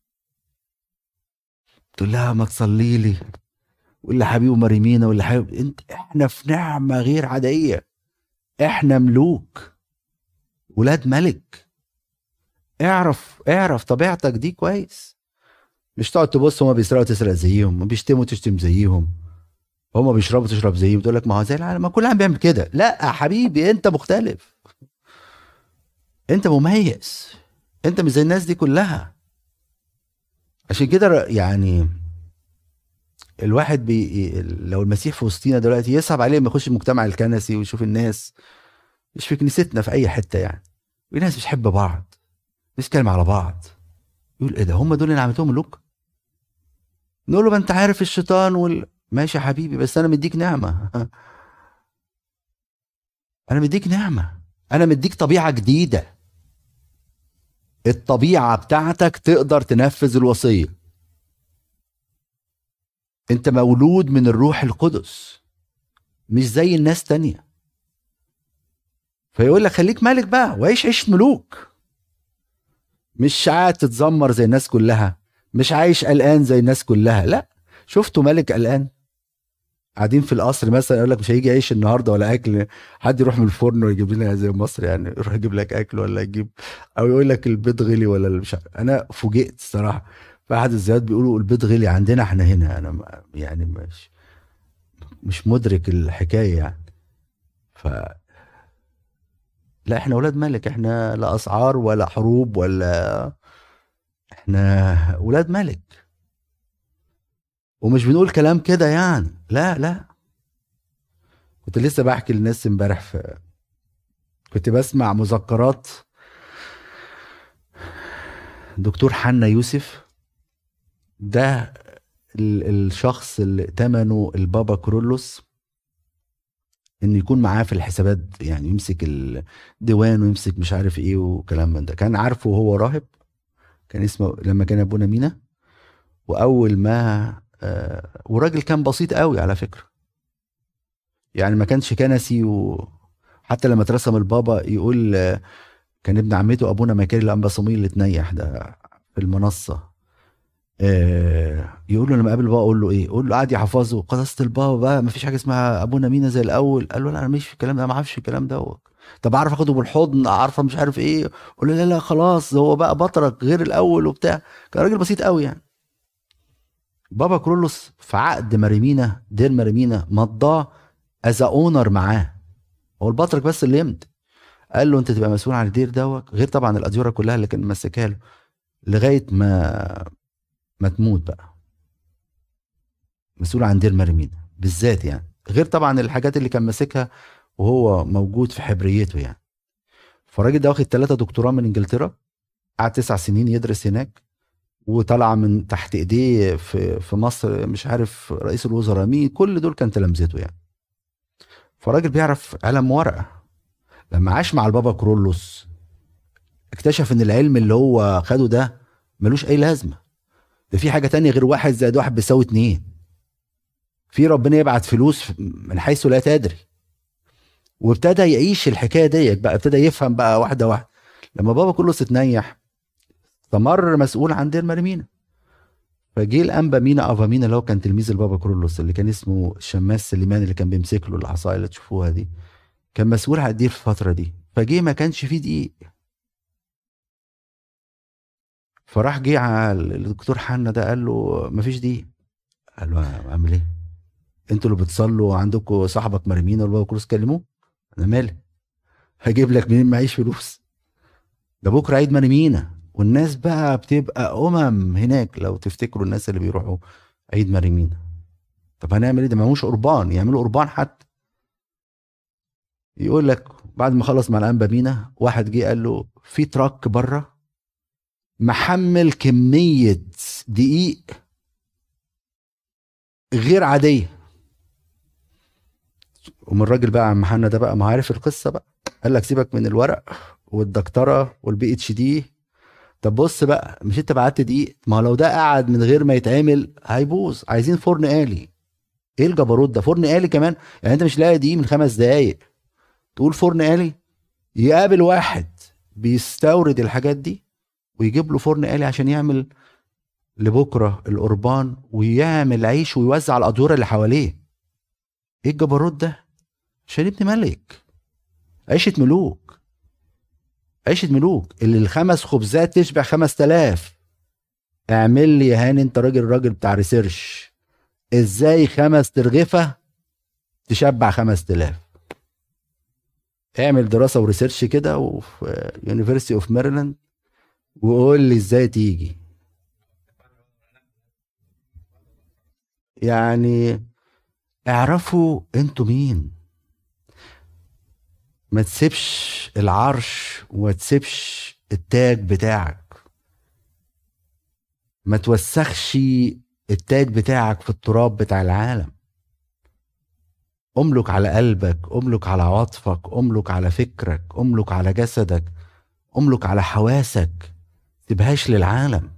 تقول لها ما تصلي لي، ولا حبيبي مريمينا، ولا حبيب انت. احنا في نعمه غير عاديه، احنا ملوك، ولاد ملك. اعرف اعرف طبيعتك دي كويس. مش تقعد تبص هما بيسرقوا تسرق زيهم، بيشتموا تشتم زيهم. هما بيشربوا تشرب زيي، بتقول لك ما هو زي العالم، ما كل عام بيعمل كده. لا يا حبيبي، انت مختلف، انت مميز، انت مش زي الناس دي كلها. عشان كده يعني الواحد بي لو المسيح في وسطينا دلوقتي يصعب عليه ما يخش المجتمع الكنسي ويشوف الناس، مش في كنيستنا، في اي حته يعني، الناس مش بتحب بعض، بيتكلم على بعض، يقول ايه ده، هم دول اللي عملتهم ملوك؟ نقول له ما انت عارف الشيطان وال... ماشي يا حبيبي، بس انا مديك نعمه انا مديك نعمه، انا مديك طبيعه جديده، الطبيعه بتاعتك تقدر تنفذ الوصيه، انت مولود من الروح القدس مش زي الناس تانية. فيقول لك خليك ملك بقى وعيش عيش ملوك، مش قاعد تتذمر زي الناس كلها، مش عايش قلقان زي الناس كلها. لا، شفتوا ملك قلقان قاعدين في القصر مثلا يقول لك مش هيجي عيش النهارده ولا اكل، حد يروح من الفرن ويجيب لنا زي مصر يعني، يروح يجيب لك اكل ولا يجيب، او يقول لك البيض غلي ولا مش عارف. انا فوجئت الصراحه في احد الزيارات بيقولوا البيض غلي عندنا احنا هنا، انا يعني مش مش مدرك الحكايه يعني. ف لا، احنا ولاد ملك، احنا لا اسعار ولا حروب، ولا احنا ولاد ملك، ومش بنقول كلام كده يعني، لا لا. كنت لسه بحكي للناس امبارح، في كنت بسمع مذكرات دكتور حنا يوسف، ده الشخص اللي ائتمنه البابا كرولوس ان يكون معاه في الحسابات، يعني يمسك الديوان ويمسك مش عارف ايه وكلام من ده. كان عارفه وهو راهب، كان اسمه لما كان ابونا مينا. واول ما آه وراجل كان بسيط قوي على فكرة، يعني ما كانش كنسي، وحتى لما اترسم البابا يقول آه كان ابن عمته ابونا ميكائيل الانبا صموئيل اللي اتنيح ده في المنصة، آه يقول له لما قابل بابا اقول له ايه، اقول له قاعد يحفظه قداسة البابا بقى ما فيش حاجه اسمها ابونا مينا زي الاول. قال له لا انا مش في الكلام ده، ما اعرفش الكلام ده. طب اعرف اخده بالحضن، اعرف مش عارف ايه، قول له لا لا خلاص هو بقى بطرك غير الاول وبتاع. كان راجل بسيط قوي يعني. بابا كرولوس في عقد مريمينا، دير مريمينا، مضاه از اونر معاه، هو البطرك بس اللي يمضي. قال له انت تبقى مسؤول عن الدير دوت، غير طبعا الاديره كلها اللي كان ماسكها له لغايه ما ما تموت بقى، مسؤول عن دير مريمينا بالذات يعني، غير طبعا الحاجات اللي كان ماسكها وهو موجود في حبريته يعني. فالراجل ده واخد ثلاثة دكتوراه من انجلترا، قعد تسع سنين يدرس هناك، وطلع من تحت ايديه في في مصر مش عارف رئيس الوزراء مين، كل دول كان تلامذته يعني. فالراجل بيعرف علم ورقه. لما عاش مع البابا كرولوس اكتشف ان العلم اللي هو خده ده ملوش اي لازمه، ده في حاجه تانية غير واحد زائد واحد بيساوي اتنين، في ربنا يبعت فلوس من حيث لا تدري. وابتدى يعيش الحكايه ديت بقى، ابتدى يفهم بقى واحده واحده. لما بابا كرولوس اتنيح استمر مسؤول عن دير مريمينا، فجه الانبا مينا افا مينا اللي هو كان تلميذ البابا كرولوس، اللي كان اسمه الشماس سليمان، اللي كان بيمسك له العصايه اللي تشوفوها دي، كان مسؤول عن الدير في الفتره دي. فجه ما كانش فيه دقيق، فراح جه على الدكتور حنا ده قال له مفيش دقيق. قال له اعمل ايه؟ انتوا اللي بتصلوا عندكم صاحبك مريمينا والبابا كرولوس كلموه، انا مالي، هجيب لك منين معيش فلوس؟ ده بكره عيد مريمينا، والناس بقى بتبقى امم هناك، لو تفتكروا الناس اللي بيروحوا عيد مريمينا. طب هنعمل ايه؟ ده ما هوش قربان، يعملوا قربان حتى. يقول لك بعد ما خلص مع الانبا مينا، واحد جه قال له في تراك بره محمل كميه دقيق غير عاديه. ومن الراجل بقى عم حنا ده بقى ما عارف القصه بقى، قال لك سيبك من الورق والدكتوره والبي اتش دي، طب بص بقى، مش انت بعت دقيق؟ ما لو ده قعد من غير ما يتعمل هيبوظ، عايزين فرن آلي. ايه الجبروت ده؟ فرن آلي كمان؟ يعني انت مش لاقي دقيق من خمس دقايق تقول فرن آلي؟ يقابل واحد بيستورد الحاجات دي ويجيب له فرن آلي عشان يعمل لبكره القربان ويعمل عيش ويوزع على الادوار اللي حواليه. ايه الجبروت ده؟ عشان ابن ملك، عيشه ملوك، عيشه ملوك اللي الخمس خبزات تشبع خمس تلاف. اعمل لي يا هاني، انت راجل راجل بتاع ريسيرش، ازاي خمس ترغفه تشبع خمس تلاف. اعمل دراسة وريسيرش كده وفي يونيفرسيتي اوف ميريلاند وقول لي ازاي تيجي. يعني اعرفوا انتوا مين. ما تسيبش العرش وما تسيبش التاج بتاعك. ما توسخش التاج بتاعك في التراب بتاع العالم. املك على قلبك، املك على عواطفك، املك على فكرك، املك على جسدك، املك على حواسك. تبهاش للعالم.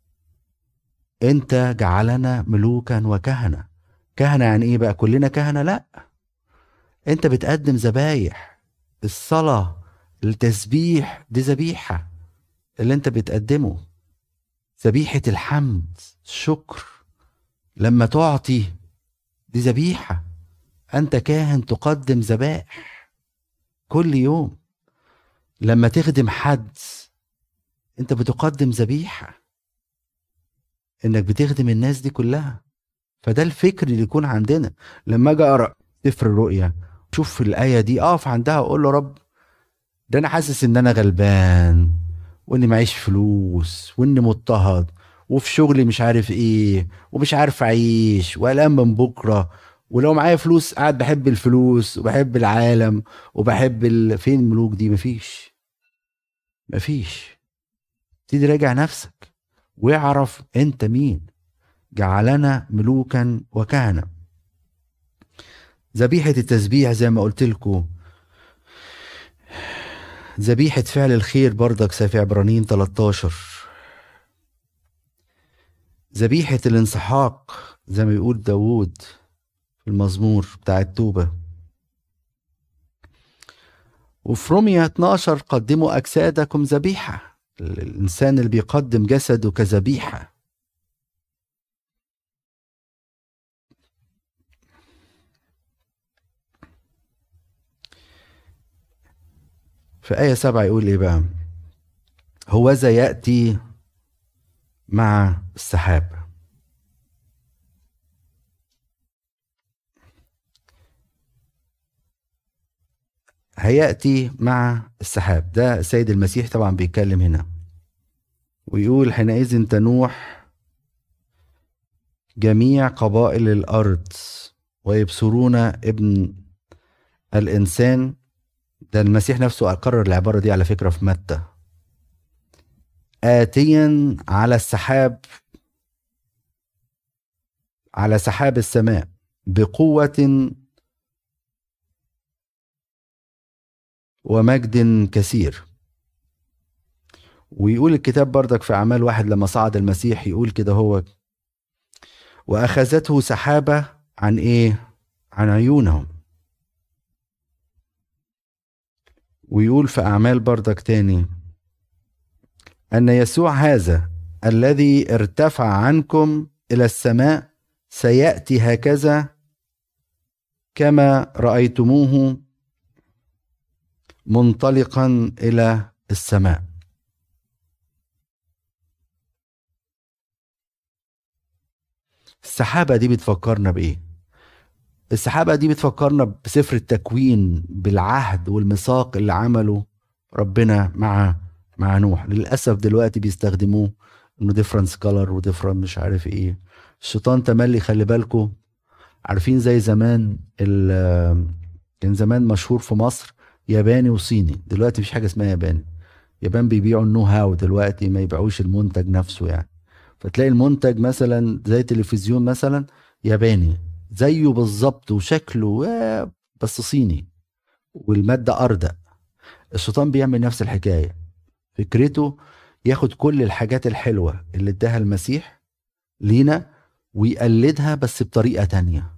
انت جعلنا ملوكا وكهنة. كهنة يعني ايه بقى؟ كلنا كهنة؟ لا، انت بتقدم ذبايح. الصلاة، التسبيح، دي ذبيحة اللي انت بتقدمه. ذبيحة الحمد، الشكر، لما تعطي دي ذبيحة. انت كاهن تقدم ذبائح كل يوم. لما تخدم حد انت بتقدم ذبيحة، انك بتخدم الناس دي كلها. فده الفكر اللي يكون عندنا. لما اجي اقرا سفر الرؤيا شوف الآية دي اقف عندها واقول له رب، ده انا حاسس ان انا غلبان واني معيش فلوس واني مضطهد وفي شغلي مش عارف ايه ومش عارف اعيش وقلقان من بكره، ولو معايا فلوس قاعد بحب الفلوس وبحب العالم وبحب ال... فين الملوك دي؟ مفيش مفيش. تيجي راجع نفسك واعرف انت مين. جعلنا ملوكا وكهنة. ذبيحة التسبيح زي ما قلت لكم، ذبيحة فعل الخير برضك في عبرانيين تلتاشر. ذبيحة الانسحاق زي ما يقول داود في المزمور بتاع التوبة. وفي رومية اتناشر قدموا أجسادكم ذبيحة. الإنسان اللي بيقدم جسده كذبيحة. في آية سبعة يقول إيه بقى؟ هوذا يأتي مع السحاب. هيأتي مع السحاب. ده السيد المسيح طبعا بيتكلم هنا ويقول حينئذ تنوح جميع قبائل الأرض ويبصرون ابن الإنسان. ده المسيح نفسه أقرر العبارة دي على فكرة في متى. آتيا على السحاب، على سحاب السماء بقوة ومجد كثير. ويقول الكتاب بردك في أعمال واحد لما صعد المسيح يقول كده هو وأخذته سحابة عن إيه؟ عن عيونهم. ويقول في أعمال بردك تاني أن يسوع هذا الذي ارتفع عنكم إلى السماء سيأتي هكذا كما رأيتموه منطلقا إلى السماء. السحابة دي بتفكرنا بإيه؟ السحابة دي بتفكرنا بسفر التكوين، بالعهد والميثاق اللي عمله ربنا مع مع نوح. للأسف دلوقتي بيستخدموه انه different color و different مش عارف ايه. الشيطان تملي، خلي بالكم. عارفين زي زمان كان زمان مشهور في مصر ياباني وصيني. دلوقتي مفيش حاجة اسمها ياباني. يابان بيبيعوا النو هاو دلوقتي، ما يبيعوش المنتج نفسه يعني. فتلاقي المنتج مثلا زي تلفزيون مثلا ياباني زيه بالظبط وشكله بس صيني والمادة أردأ. الشيطان بيعمل نفس الحكاية. فكرته ياخد كل الحاجات الحلوة اللي اداها المسيح لينا ويقلدها بس بطريقة تانية.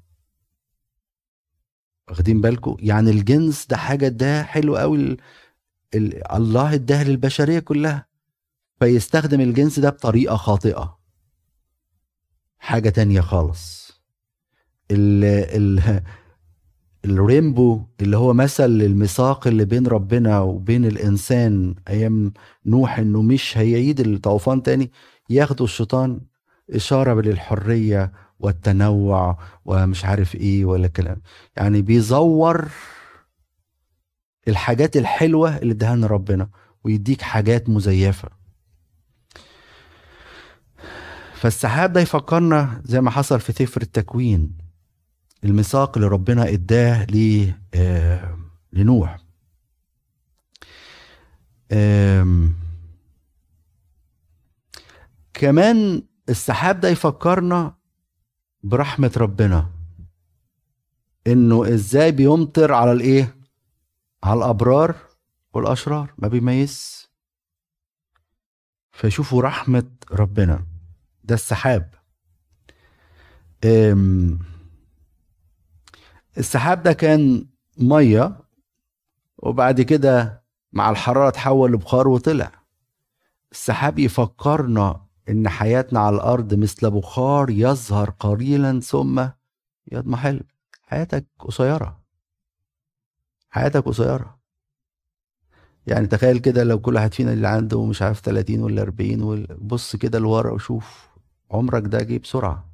واخدين بالكم؟ يعني الجنس ده حاجة ده حلو قوي، ال... ال... الله اداها للبشرية كلها، فيستخدم الجنس ده بطريقة خاطئة، حاجة تانية خالص. ال... ال... الرينبو اللي هو مثل الميثاق اللي بين ربنا وبين الإنسان أيام نوح إنه مش هيعيد الطوفان تاني، ياخدوا الشيطان إشارة للحرية والتنوع ومش عارف ايه ولا كلام، يعني بيزور الحاجات الحلوة اللي اداها لنا ربنا ويديك حاجات مزيفة. فالسحاب ده يفكرنا زي ما حصل في سفر التكوين، الميثاق اللي ربنا اداه ل آه لنوح. كمان السحاب ده يفكرنا برحمة ربنا، انه ازاي بيمطر على الايه، على الابرار والاشرار، ما بيميز. فيشوفوا رحمة ربنا. ده السحاب. السحاب ده كان مية، وبعد كده مع الحرارة تحول لبخار وطلع. السحاب يفكرنا ان حياتنا على الارض مثل بخار يظهر قليلا ثم يضمحل. حياتك قصيرة، حياتك قصيرة. يعني تخيل كده لو كل واحد فينا اللي عنده مش عارف ثلاثين ولا أربعين، بص كده لورا وشوف عمرك ده جه بسرعة،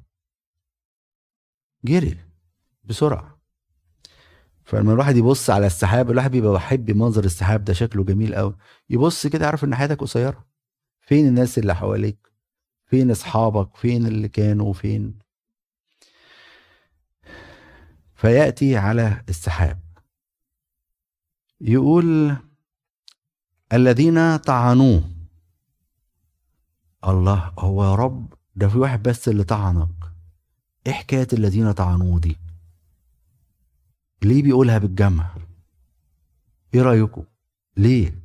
جري بسرعة. فلما الواحد يبص على السحاب، الواحد بيبقى بيحب منظر السحاب ده، شكله جميل قوي. يبص كده يعرف ان حياتك قصيرة. فين الناس اللي حواليك؟ فين اصحابك؟ فين اللي كانوا فين؟ فيأتي على السحاب يقول الذين طعنوه. الله، هو يا رب ده في واحد بس اللي طعنك؟ ايه حكاية الذين طعنوه دي؟ ليه بيقولها بالجمع؟ ايه رأيكم؟ ليه؟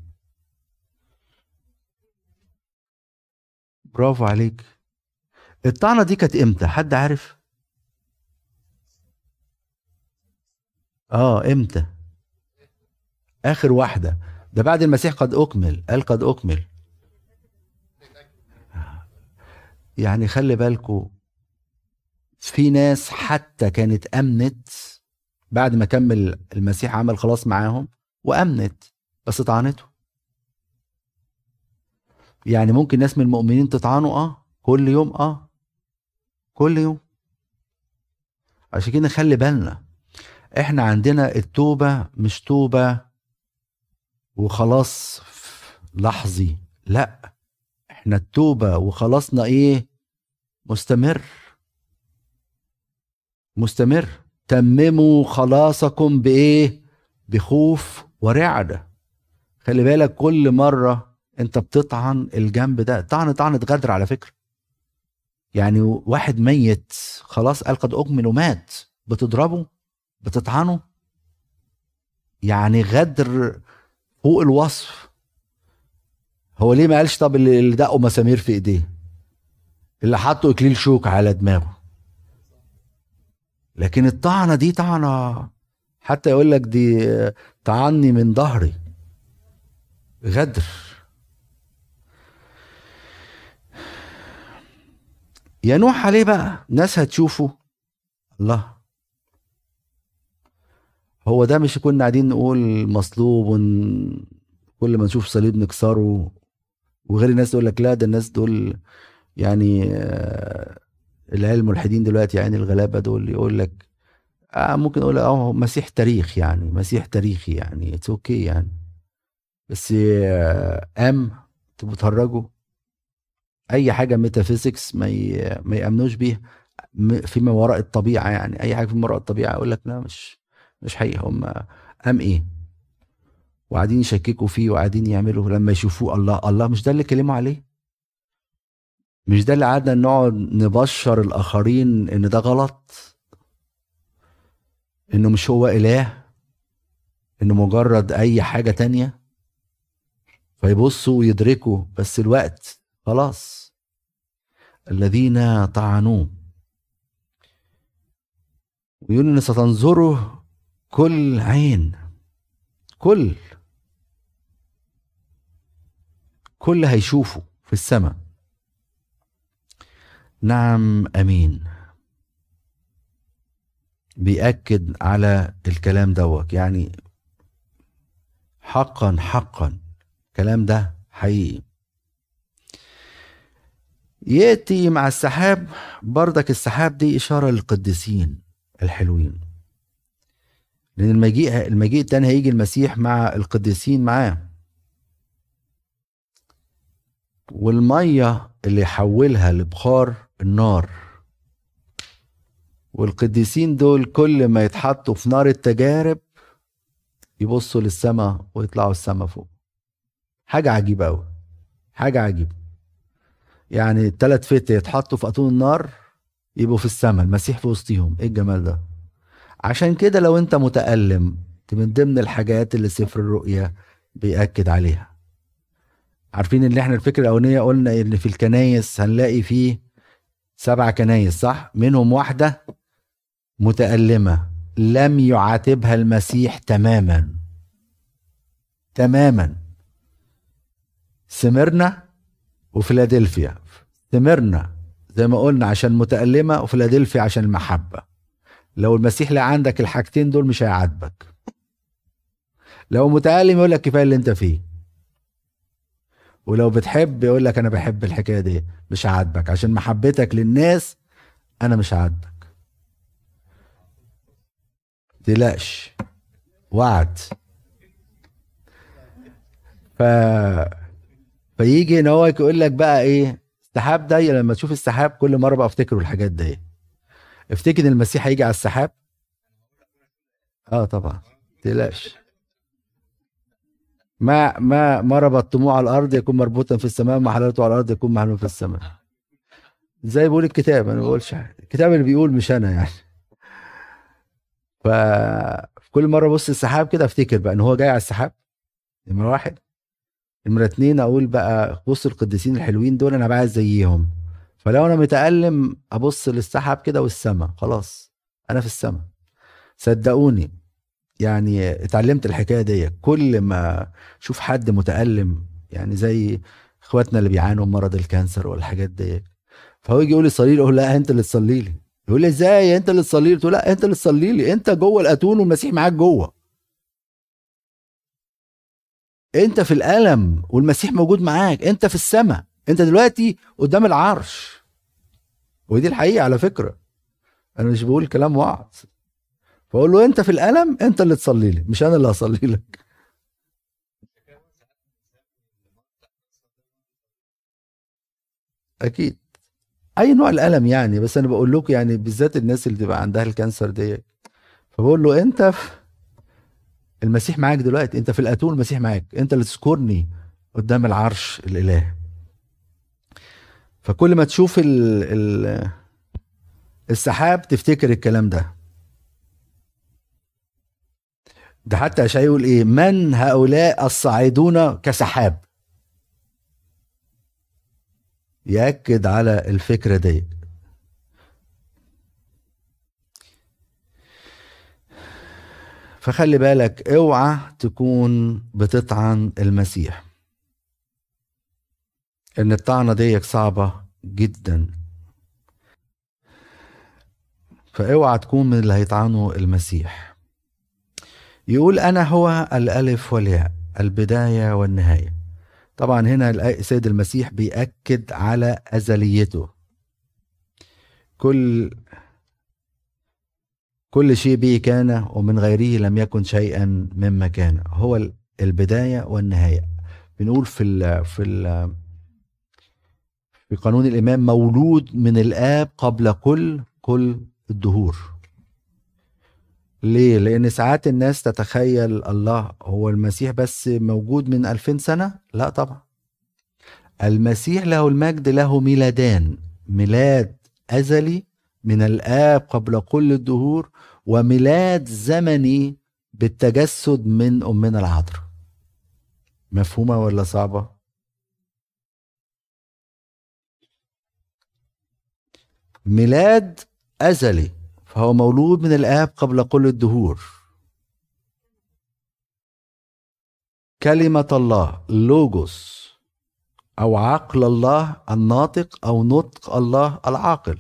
برافو عليك. الطعنة دي كانت امتى؟ حد عارف؟ اه امتى؟ اخر واحدة ده بعد المسيح قد اكمل، قال قد اكمل. يعني خلي بالكم، في ناس حتى كانت امنت بعد ما كمل المسيح، عمل خلاص معاهم وامنت، بس طعنته. يعني ممكن ناس من المؤمنين تطعنوا اه كل يوم، اه كل يوم. عشان كده خلي بالنا، احنا عندنا التوبة مش توبة وخلاص لحظي، لا، احنا التوبة وخلاصنا ايه، مستمر مستمر. تمموا خلاصكم بايه؟ بخوف ورعدة. خلي بالك كل مرة انت بتطعن الجنب ده، طعن طعنة غدر على فكرة. يعني واحد ميت خلاص قال قد اكمل ومات، بتضربه بتطعنه، يعني غدر فوق الوصف. هو ليه ما قالش طب اللي دقوا مسامير في ايديه، اللي حطوا اكليل شوك على دماغه؟ لكن الطعنة دي طعنة، حتى يقول لك دي طعني من ظهري، غدر. ينوح عليه بقى ناس هتشوفه، الله، هو ده مش كنا قاعدين نقول مصلوب كل ما نشوف صليب نكسره؟ وغير الناس تقول لك لا ده الناس دول يعني العيال الملحدين دلوقتي، يعني الغلابه دول، يقول لك آه ممكن اقول اه مسيح تاريخ، يعني مسيح تاريخي، يعني اتس اوكي يعني. بس آه ام تبقوا تهرجوا اي حاجه ميتافيزيكس ما ي... ما يامنوش بيها فيما وراء الطبيعه. يعني اي حاجه فيما وراء الطبيعه يقول لك لا مش مش حقيقه. هم ام ايه؟ وقاعدين يشككوا فيه وقاعدين يعملوا لما يشوفوه الله الله. مش ده اللي كلموا عليه؟ مش ده اللي قعدنا نقعد نبشر الاخرين ان ده غلط، انه مش هو اله، انه مجرد اي حاجة تانية؟ فيبصوا ويدركوا، بس الوقت خلاص. الذين طعنوه، ويقول ان ستنظره كل عين، كل كل هيشوفوا في السماء. نعم امين. بيأكد على الكلام دوت، يعني حقا حقا الكلام ده حقيقي. يأتي مع السحاب. بردك السحاب دي إشارة للقديسين الحلوين، لأن المجيء المجيء التاني هيجي المسيح مع القديسين معاه. والمية اللي يحولها لبخار النار، والقديسين دول كل ما يتحطوا في نار التجارب يبصوا للسماء ويطلعوا السماء فوق. حاجة عجيبة أوي، حاجة عجيبة. يعني التلات فتية يتحطوا في أتون النار يبقوا في السماء، المسيح في وسطهم. ايه الجمال ده! عشان كده لو انت متألم، من ضمن الحاجات اللي سفر الرؤيا بيأكد عليها. عارفين ان احنا الفكرة الأولانية قلنا ان في الكنايس هنلاقي فيه سبع كنايس صح؟ منهم واحدة متألمة لم يعاتبها المسيح تماما تماما، سمرنا وفيلادلفيا. سمرنا زي ما قلنا عشان متألمة، وفيلادلفيا عشان المحبة. لو المسيح لا عندك الحاجتين دول مش هيعاتبك. لو متألم يقول لك كفاية اللي انت فيه، ولو بتحب يقول لك انا بحب الحكاية دي، مش هعاتبك عشان محبتك للناس. انا مش هعاتبك، تلاش وعد. ف فيجي ان هو يقول لك بقى ايه السحاب ده. لما تشوف السحاب كل مره بقى افتكروا الحاجات دي، افتكر ان المسيح هيجي على السحاب. اه طبعا تلاش. ما ما ما ربطتموه على الارض يكون مربوطا في السماء، ما حللته على الارض يكون محلول في السماء. زي بيقول الكتاب، انا ما بقولش حاجه، الكتاب اللي بيقول مش انا يعني. ف كل مره بص السحاب كده افتكر بقى ان هو جاي على السحاب. نمره واحد. نمره اتنين اقول بقى بص القديسين الحلوين دول انا بقى زيهم. فلو انا متألم ابص للسحاب كده والسماء، خلاص انا في السماء. صدقوني يعني اتعلمت الحكايه دي. كل ما اشوف حد متألم، يعني زي اخواتنا اللي بيعانوا من مرض الكانسر والحاجات دي، فهو يجي يقول لي صلي لي، اقول لا انت اللي تصلي لي. يقول لي ازاي انت اللي تصلي لي؟ تقول لا انت اللي تصلي لي، انت جوه الاتون والمسيح معاك جوه. انت في الالم والمسيح موجود معاك، انت في السماء، انت دلوقتي قدام العرش. ودي الحقيقه على فكره، انا مش بقول كلام وعظ. فاقول له انت في الالم انت اللي تصلي لي، مش انا اللي هصلي لك. اكيد اي نوع الالم يعني، بس انا بقول لكم يعني بالذات الناس اللي تبقى عندها الكانسر دي، فبقول له انت في المسيح معاك دلوقتي، انت في الاتون المسيح معاك، انت اللي تذكرني قدام العرش الالهي. فكل ما تشوف ال ال السحاب تفتكر الكلام ده. ده حتى اشعياء يقول ايه؟ من هؤلاء الصاعدون كسحاب. يأكد على الفكرة دي. فخلي بالك اوعى تكون بتطعن المسيح، ان الطعنة دي صعبة جدا. فاوعى تكون من اللي هيطعنوا المسيح. يقول انا هو الالف والياء، البداية والنهاية. طبعا هنا السيد المسيح بيأكد على ازليته. كل كل شيء به كان، ومن غيره لم يكن شيئا مما كان. هو البداية والنهاية. بنقول في ال في ال في قانون الإمام مولود من الآب قبل كل كل الدهور. ليه؟ لأن ساعات الناس تتخيل الله هو المسيح بس موجود من ألفين سنة. لا طبعا، المسيح له المجد له ميلادان: ميلاد أزلي من الآب قبل كل الدهور، وميلاد زمني بالتجسد من أمنا العذراء. مفهومة ولا صعبة؟ ميلاد أزلي، فهو مولود من الآب قبل كل الدهور. كلمة الله لوجوس، أو عقل الله الناطق، أو نطق الله العاقل.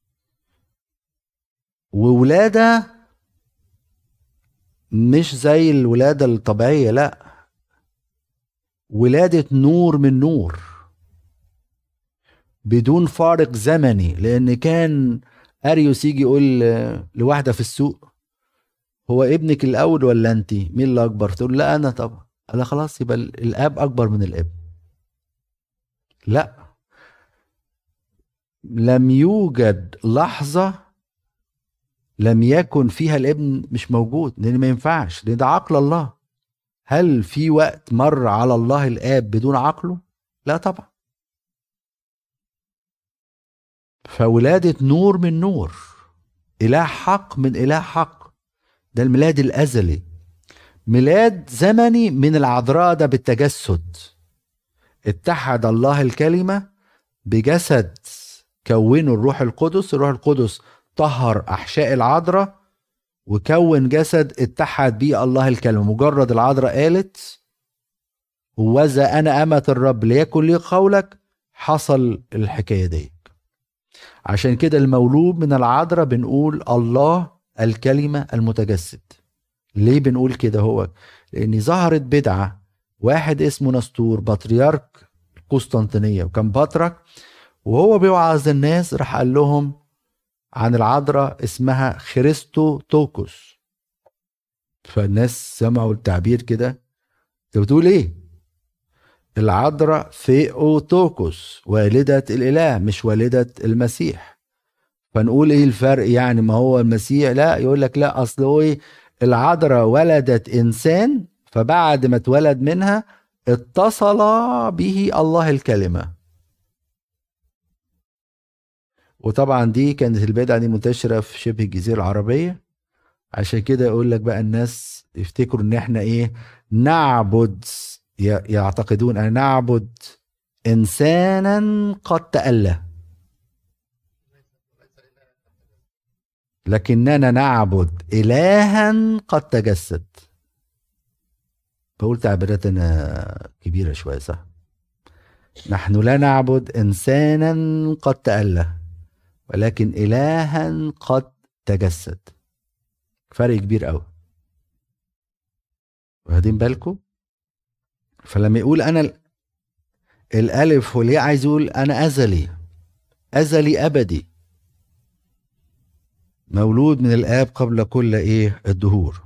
وولادة مش زي الولادة الطبيعية، لا، ولادة نور من نور. بدون فارق زمني. لان كان اريوس يجي يقول لواحده في السوق هو ابنك الاول ولا انت، مين اللي اكبر؟ تقول لا انا طبعا. قال خلاص يبقى الاب اكبر من الابن. لا، لم يوجد لحظه لم يكن فيها الابن مش موجود، لان ما ينفعش، لان ده عقل الله. هل في وقت مر على الله الاب بدون عقله؟ لا طبعا. فولادة نور من نور، اله حق من اله حق، ده الميلاد الازلي. ميلاد زمني من العذراء ده بالتجسد، اتحد الله الكلمة بجسد كونه الروح القدس. الروح القدس طهر احشاء العذراء وكون جسد اتحد بيه الله الكلمة. مجرد العذراء قالت وذا انا امة الرب ليكن لي قولك، حصل الحكاية دي. عشان كده المولود من العذراء بنقول الله الكلمة المتجسد. ليه بنقول كده؟ هو لان ظهرت بدعة، واحد اسمه نسطور بطريرك قسطنطينية وكان بطرك، وهو بيوعظ الناس راح قال لهم عن العذراء اسمها خريستو توكوس. فالناس سمعوا التعبير كده، انت بتقول ايه؟ العذراء ثيوتوكوس، والدة الاله مش والدة المسيح. فنقول ايه الفرق يعني؟ ما هو المسيح لا، يقول لك لا اصل ايه، العذراء ولدت انسان، فبعد ما اتولد منها اتصل به الله الكلمة. وطبعا دي كانت البدعة دي منتشرة في شبه الجزيرة العربية. عشان كده يقول لك بقى الناس يفتكروا ان احنا ايه، نعبد، يعتقدون ان نعبد انسانا قد تأله، لكننا نعبد إلها قد تجسد. بقول تعبيراتنا كبيرة شوية صح؟ نحن لا نعبد إنسانا قد تأله، ولكن إلها قد تجسد. فرق كبير قوي، واخدين بالكم؟ فلما يقول أنا الألف والياء عايز يقول أنا أزلي، أزلي أبدي، مولود من الآب قبل كل إيه الدهور.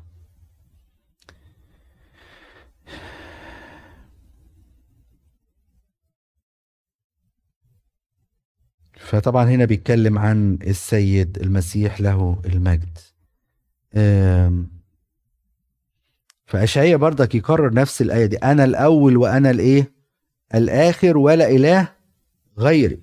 فطبعا هنا بيتكلم عن السيد المسيح له المجد. فأشعياء برضك يكرر نفس الآية دي، أنا الأول وأنا الإيه الآخر ولا إله غيري.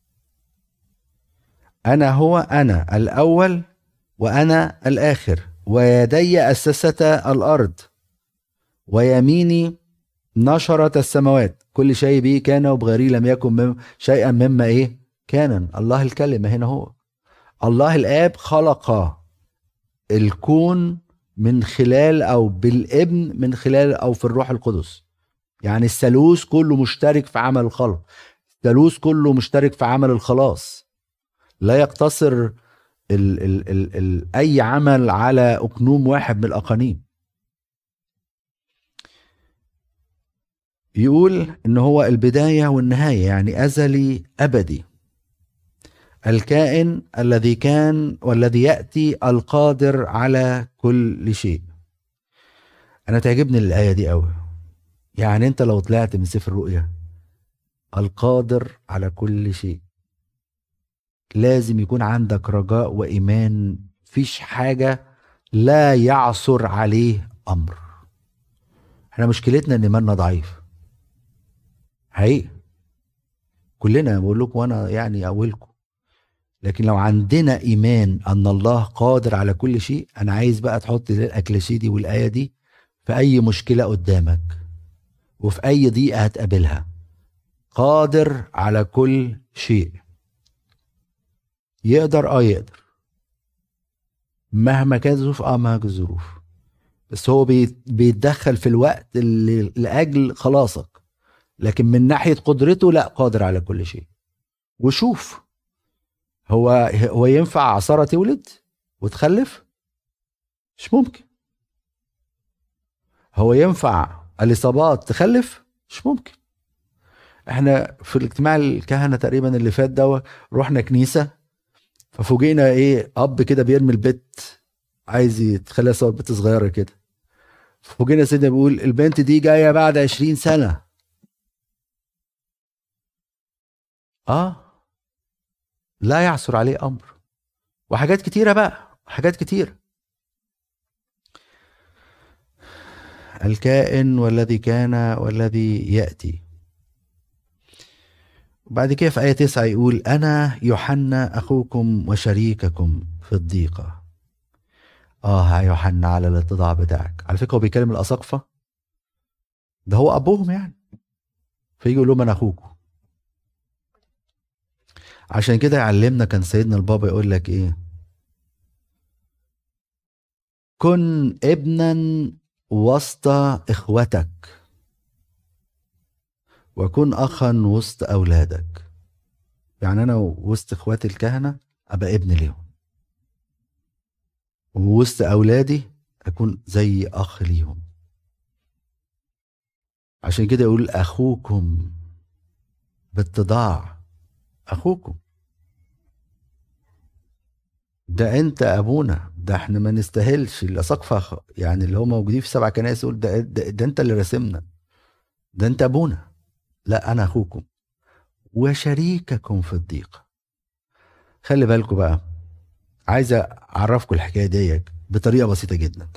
أنا هو أنا الأول وأنا الآخر، ويدي أسست الأرض ويميني نشرت السماوات، كل شيء به كان وبغيري لم يكن مم شيئا مما إيه كان. الله الكلمة هنا هو الله الآب خلق الكون من خلال أو بالابن من خلال أو في الروح القدس. يعني الثالوث كله مشترك في عمل الخلق، الثالوث كله مشترك في عمل الخلاص. لا يقتصر ال ال ال ال أي عمل على أقنوم واحد من الأقانيم. يقول إن هو البداية والنهاية، يعني أزلي أبدي، الكائن الذي كان والذي يأتي، القادر على كل شيء. أنا تعجبني الآية دي قوي. يعني أنت لو طلعت من سفر الرؤيا القادر على كل شيء، لازم يكون عندك رجاء وإيمان، فيش حاجة لا يعثر عليه أمر. احنا مشكلتنا ان إيماننا ضعيف حقيقي، كلنا بقول لكم وانا يعني اولكم. لكن لو عندنا ايمان ان الله قادر على كل شيء، انا عايز بقى تحط الاكلاشيه دي والايه دي في اي مشكله قدامك وفي اي ضيقه هتقابلها. قادر على كل شيء، يقدر اه يقدر مهما كانت الظروف، اه مهما كانت الظروف، بس هو بيتدخل في الوقت اللي لاجل خلاصك. لكن من ناحيه قدرته لا، قادر على كل شيء. وشوف هو هو ينفع عصارة تولد وتخلف؟ مش ممكن. هو ينفع اليصابات تخلف؟ مش ممكن. احنا في الاجتماع الكهنه تقريبا اللي فات ده رحنا كنيسه، ففوجئنا ايه اب كده بيرمي البت، عايز يتخليها صور بنت صغيره كده. فوجئنا سيدنا بيقول البنت دي جايه بعد عشرين سنه. اه لا يعثر عليه امر. وحاجات كتيره بقى، حاجات كتيره. الكائن والذي كان والذي ياتي. وبعد كده في آية تسعة يقول أنا يوحنا أخوكم وشريككم في الضيقة. آه يا يوحنا على الاتضاع بتاعك. على فكرة هو بيكلم الأساقفة، ده هو أبوهم يعني، فيجي يقول لهم أنا أخوكم. عشان كده يعلمنا كان سيدنا البابا يقول لك إيه، كن ابنا وسط إخوتك وكن أخا وسط أولادك. يعني أنا وسط إخواتي الكهنة أبقى ابن ليهم، ووسط أولادي أكون زي أخ ليهم. عشان كده يقول أخوكم باتضاع. أخوكم ده أنت أبونا، ده احنا ما نستاهلش. الأساقفة يعني اللي هم موجودين في سبع كنائس يقول ده, ده, ده أنت اللي راسمنا، ده أنت أبونا. لا أنا أخوكم وشريككم في الضيق. خلي بالكم بقى، عايز أعرفكم الحكاية دي بطريقة بسيطة جدا.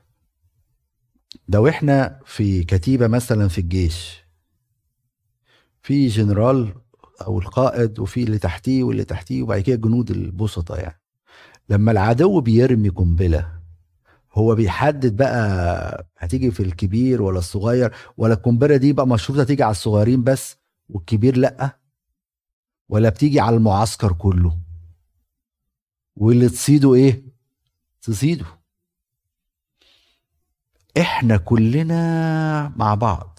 لو احنا في كتيبة مثلا في الجيش، في جنرال او القائد وفي اللي تحتيه واللي تحتيه وبعد كده جنود البسطة. يعني لما العدو بيرمي قنبلة هو بيحدد بقى هتيجي في الكبير ولا الصغير، ولا القنبلة دي بقى مشروطة تيجي على الصغيرين بس والكبير لأ، ولا بتيجي على المعسكر كله واللي تصيده ايه تصيده. احنا كلنا مع بعض،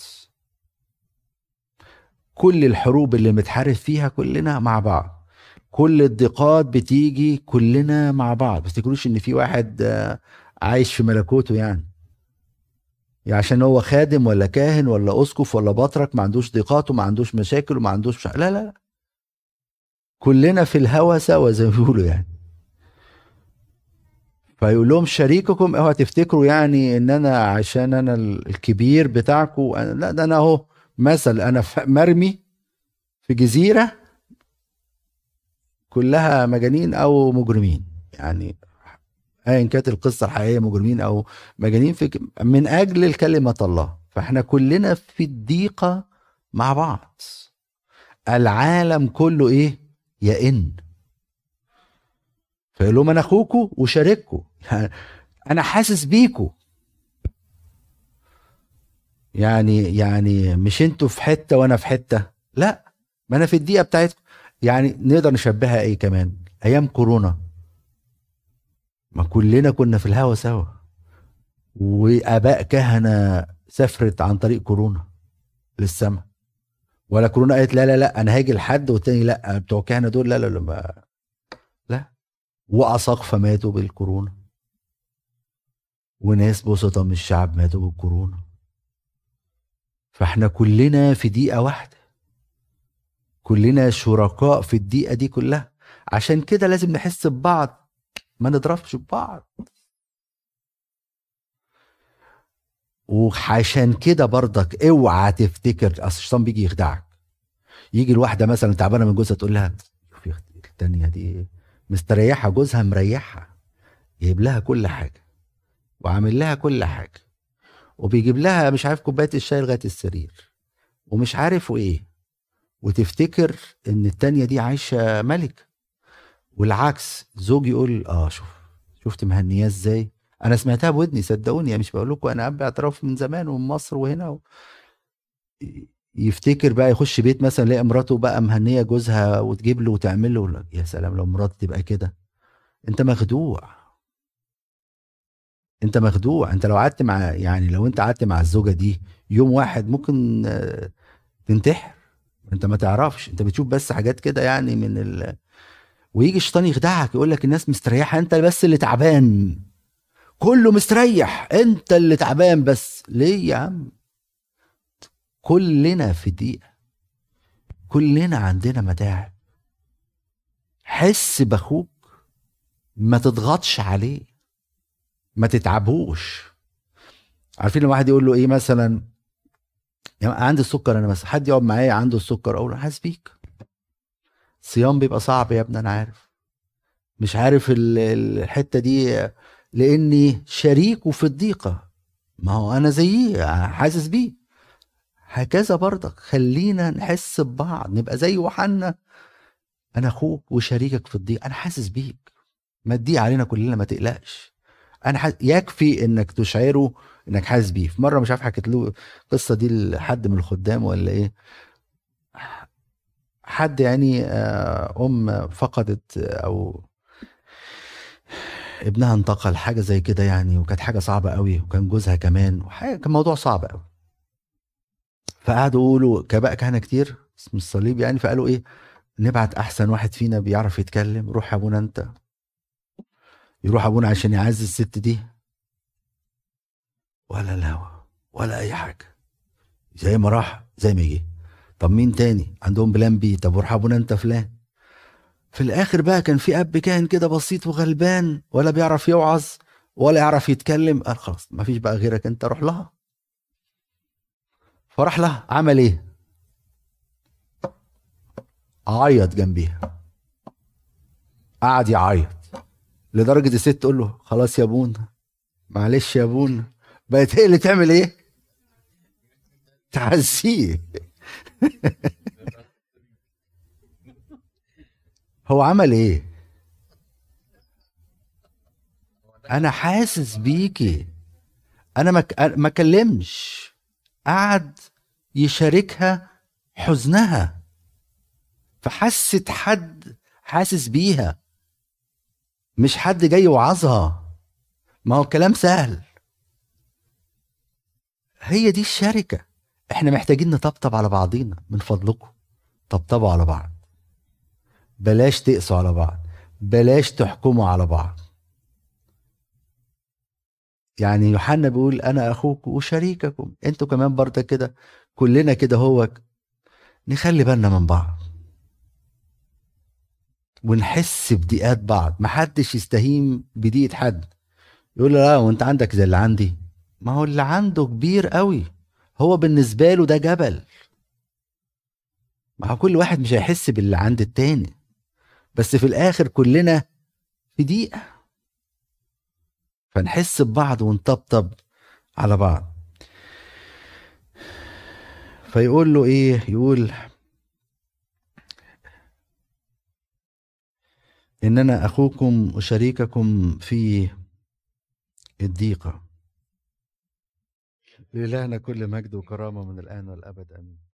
كل الحروب اللي متحارب فيها كلنا مع بعض، كل الضيقات بتيجي كلنا مع بعض. بس تقولوش ان في واحد عايش في ملكوته يعني. يعني عشان هو خادم ولا كاهن ولا اسقف ولا بطرك ما عندوش ضيقات وما عندوش مشاكل وما عندوش لا لا لا، كلنا في الهوى سوا زي ما بيقولوا يعني. فيقول لهم شريككم، اوعى تفتكروا يعني ان انا عشان انا الكبير بتاعكم، لا ده انا اهو مثل، انا مرمي في جزيرة كلها مجانين او مجرمين، يعني ايا كانت القصة الحقيقية مجرمين او مجانين في من اجل الكلمة الله. فاحنا كلنا في الضيقة مع بعض. العالم كله ايه يئن. فيقول لهم انا اخوكم وشارككم، يعني انا حاسس بيكم. يعني يعني مش انتوا في حتة وانا في حتة، لا، ما انا في الدقيقة بتاعتكم. يعني نقدر نشبهها ايه كمان، ايام كورونا ما كلنا كنا في الهوا سوا، واباء كهنة سافرت عن طريق كورونا للسماء، ولا كورونا قالت لا لا لا انا هاجي لحد والتاني لا، بتوع كهنة دول لا لا لا ما لا. واساقفة ماتوا بالكورونا، وناس بسطة من الشعب ماتوا بالكورونا. فاحنا كلنا في دقيقة واحدة، كلنا شركاء في الدقيقة دي كلها. عشان كده لازم نحس ببعض، ما نضربش ببعض. وعشان كده برضك اوعى تفتكر اصل الشيطان بيجي يخدعك. يجي الواحدة مثلا تعبانة من جوزها تقول لها شوفي التانية دي مستريحة، جوزها مريحها، جايب لها كل حاجة وعامل لها كل حاجة، وبيجيب لها مش عارف كوباية الشاي لغاية السرير ومش عارف ايه، وتفتكر ان التانية دي عايشة ملك. والعكس، زوج يقول اه شوف شفت مهنياه ازاي، انا سمعتها بودني صدقوني، مش بقول لكم انا اب اعتراف من زمان ومن مصر وهنا و... يفتكر بقى يخش بيت مثلا يلاقي مراته بقى مهنيه جوزها وتجيب له وتعمل له، يا سلام لو مراتي تبقى كده. انت مخدوع، انت مخدوع. انت لو قعدت مع يعني لو انت قعدت مع الزوجه دي يوم واحد ممكن تنتحر. انت ما تعرفش، انت بتشوف بس حاجات كده يعني من ال... ويجي الشيطان يخدعك يقول لك الناس مستريحه، انت بس اللي تعبان، كله مستريح انت اللي تعبان بس. ليه يا عم؟ كلنا في دقيقه. كلنا عندنا متاعب. حس باخوك، ما تضغطش عليه، ما تتعبوش. عارفين الواحد يقول له ايه مثلا، يعني عندي السكر انا مثلا، حد يقعد معايا عنده السكر اقول له حاسس بيك. الصيام بيبقى صعب يا ابني انا عارف، مش عارف الحته دي لاني شريكه في الضيقه، ما هو انا زيه حاسس بيه. هكذا برضك خلينا نحس ببعض، نبقى زي يوحنا، انا اخوك وشريكك في الضيق، انا حاسس بيك، ما تضيق علينا كلنا ما تقلقش. انا حس... يكفي انك تشعره انك حاسس بيه. في مره مش عارف حكيت له القصه دي لحد من الخدام ولا ايه، حد يعني ام فقدت او ابنها انتقل حاجه زي كده يعني، وكانت حاجه صعبه قوي، وكان جوزها كمان، وحاجه كان موضوع صعب قوي. فقعدوا يقولوا كباء كهنه كتير اسم الصليب يعني، فقالوا ايه، نبعت احسن واحد فينا بيعرف يتكلم، روح يا ابونا انت. يروح ابونا عشان يعزز الست دي، ولا الهوا ولا اي حاجه، زي ما راح زي ما جه. طب مين تاني عندهم بلان بي؟ طب روح ابونا انت فلان. في الاخر بقى كان في اب كان كده بسيط وغلبان، ولا بيعرف يوعظ ولا يعرف يتكلم، قال خلاص ما فيش بقى غيرك انت، روح لها. فراح لها، عمل ايه؟ عيط جنبيها، قعد يعيط لدرجه الست تقول له خلاص يا ابونا، معلش يا ابونا. بقت هي اللي تعمل ايه؟ تعزيه. هو عمل ايه؟ انا حاسس بيكي، انا ما ما كلمش، قعد يشاركها حزنها، فحست حد حاسس بيها، مش حد جاي يوعظها. ما هو كلام سهل. هي دي الشركة. احنا محتاجين نطبطب على بعضينا من فضلكم، طبطبوا على بعض، بلاش تقسوا على بعض، بلاش تحكموا على بعض. يعني يوحنا بيقول انا اخوكم وشريككم، انتوا كمان برضه كده، كلنا كده هو نخلي بالنا من بعض ونحس بضيقات بعض. محدش يستهين بضيقة حد، يقول له لا وانت عندك زي اللي عندي. ما هو اللي عنده كبير قوي، هو بالنسبة له ده جبل. ما هو كل واحد مش هيحس باللي عند التاني، بس في الاخر كلنا في ضيقة، فنحس ببعض ونطبطب على بعض. فيقول له ايه؟ يقول ان انا اخوكم وشريككم في الضيقة. لإلهنا كل مجد وكرامة من الآن والأبد آمين.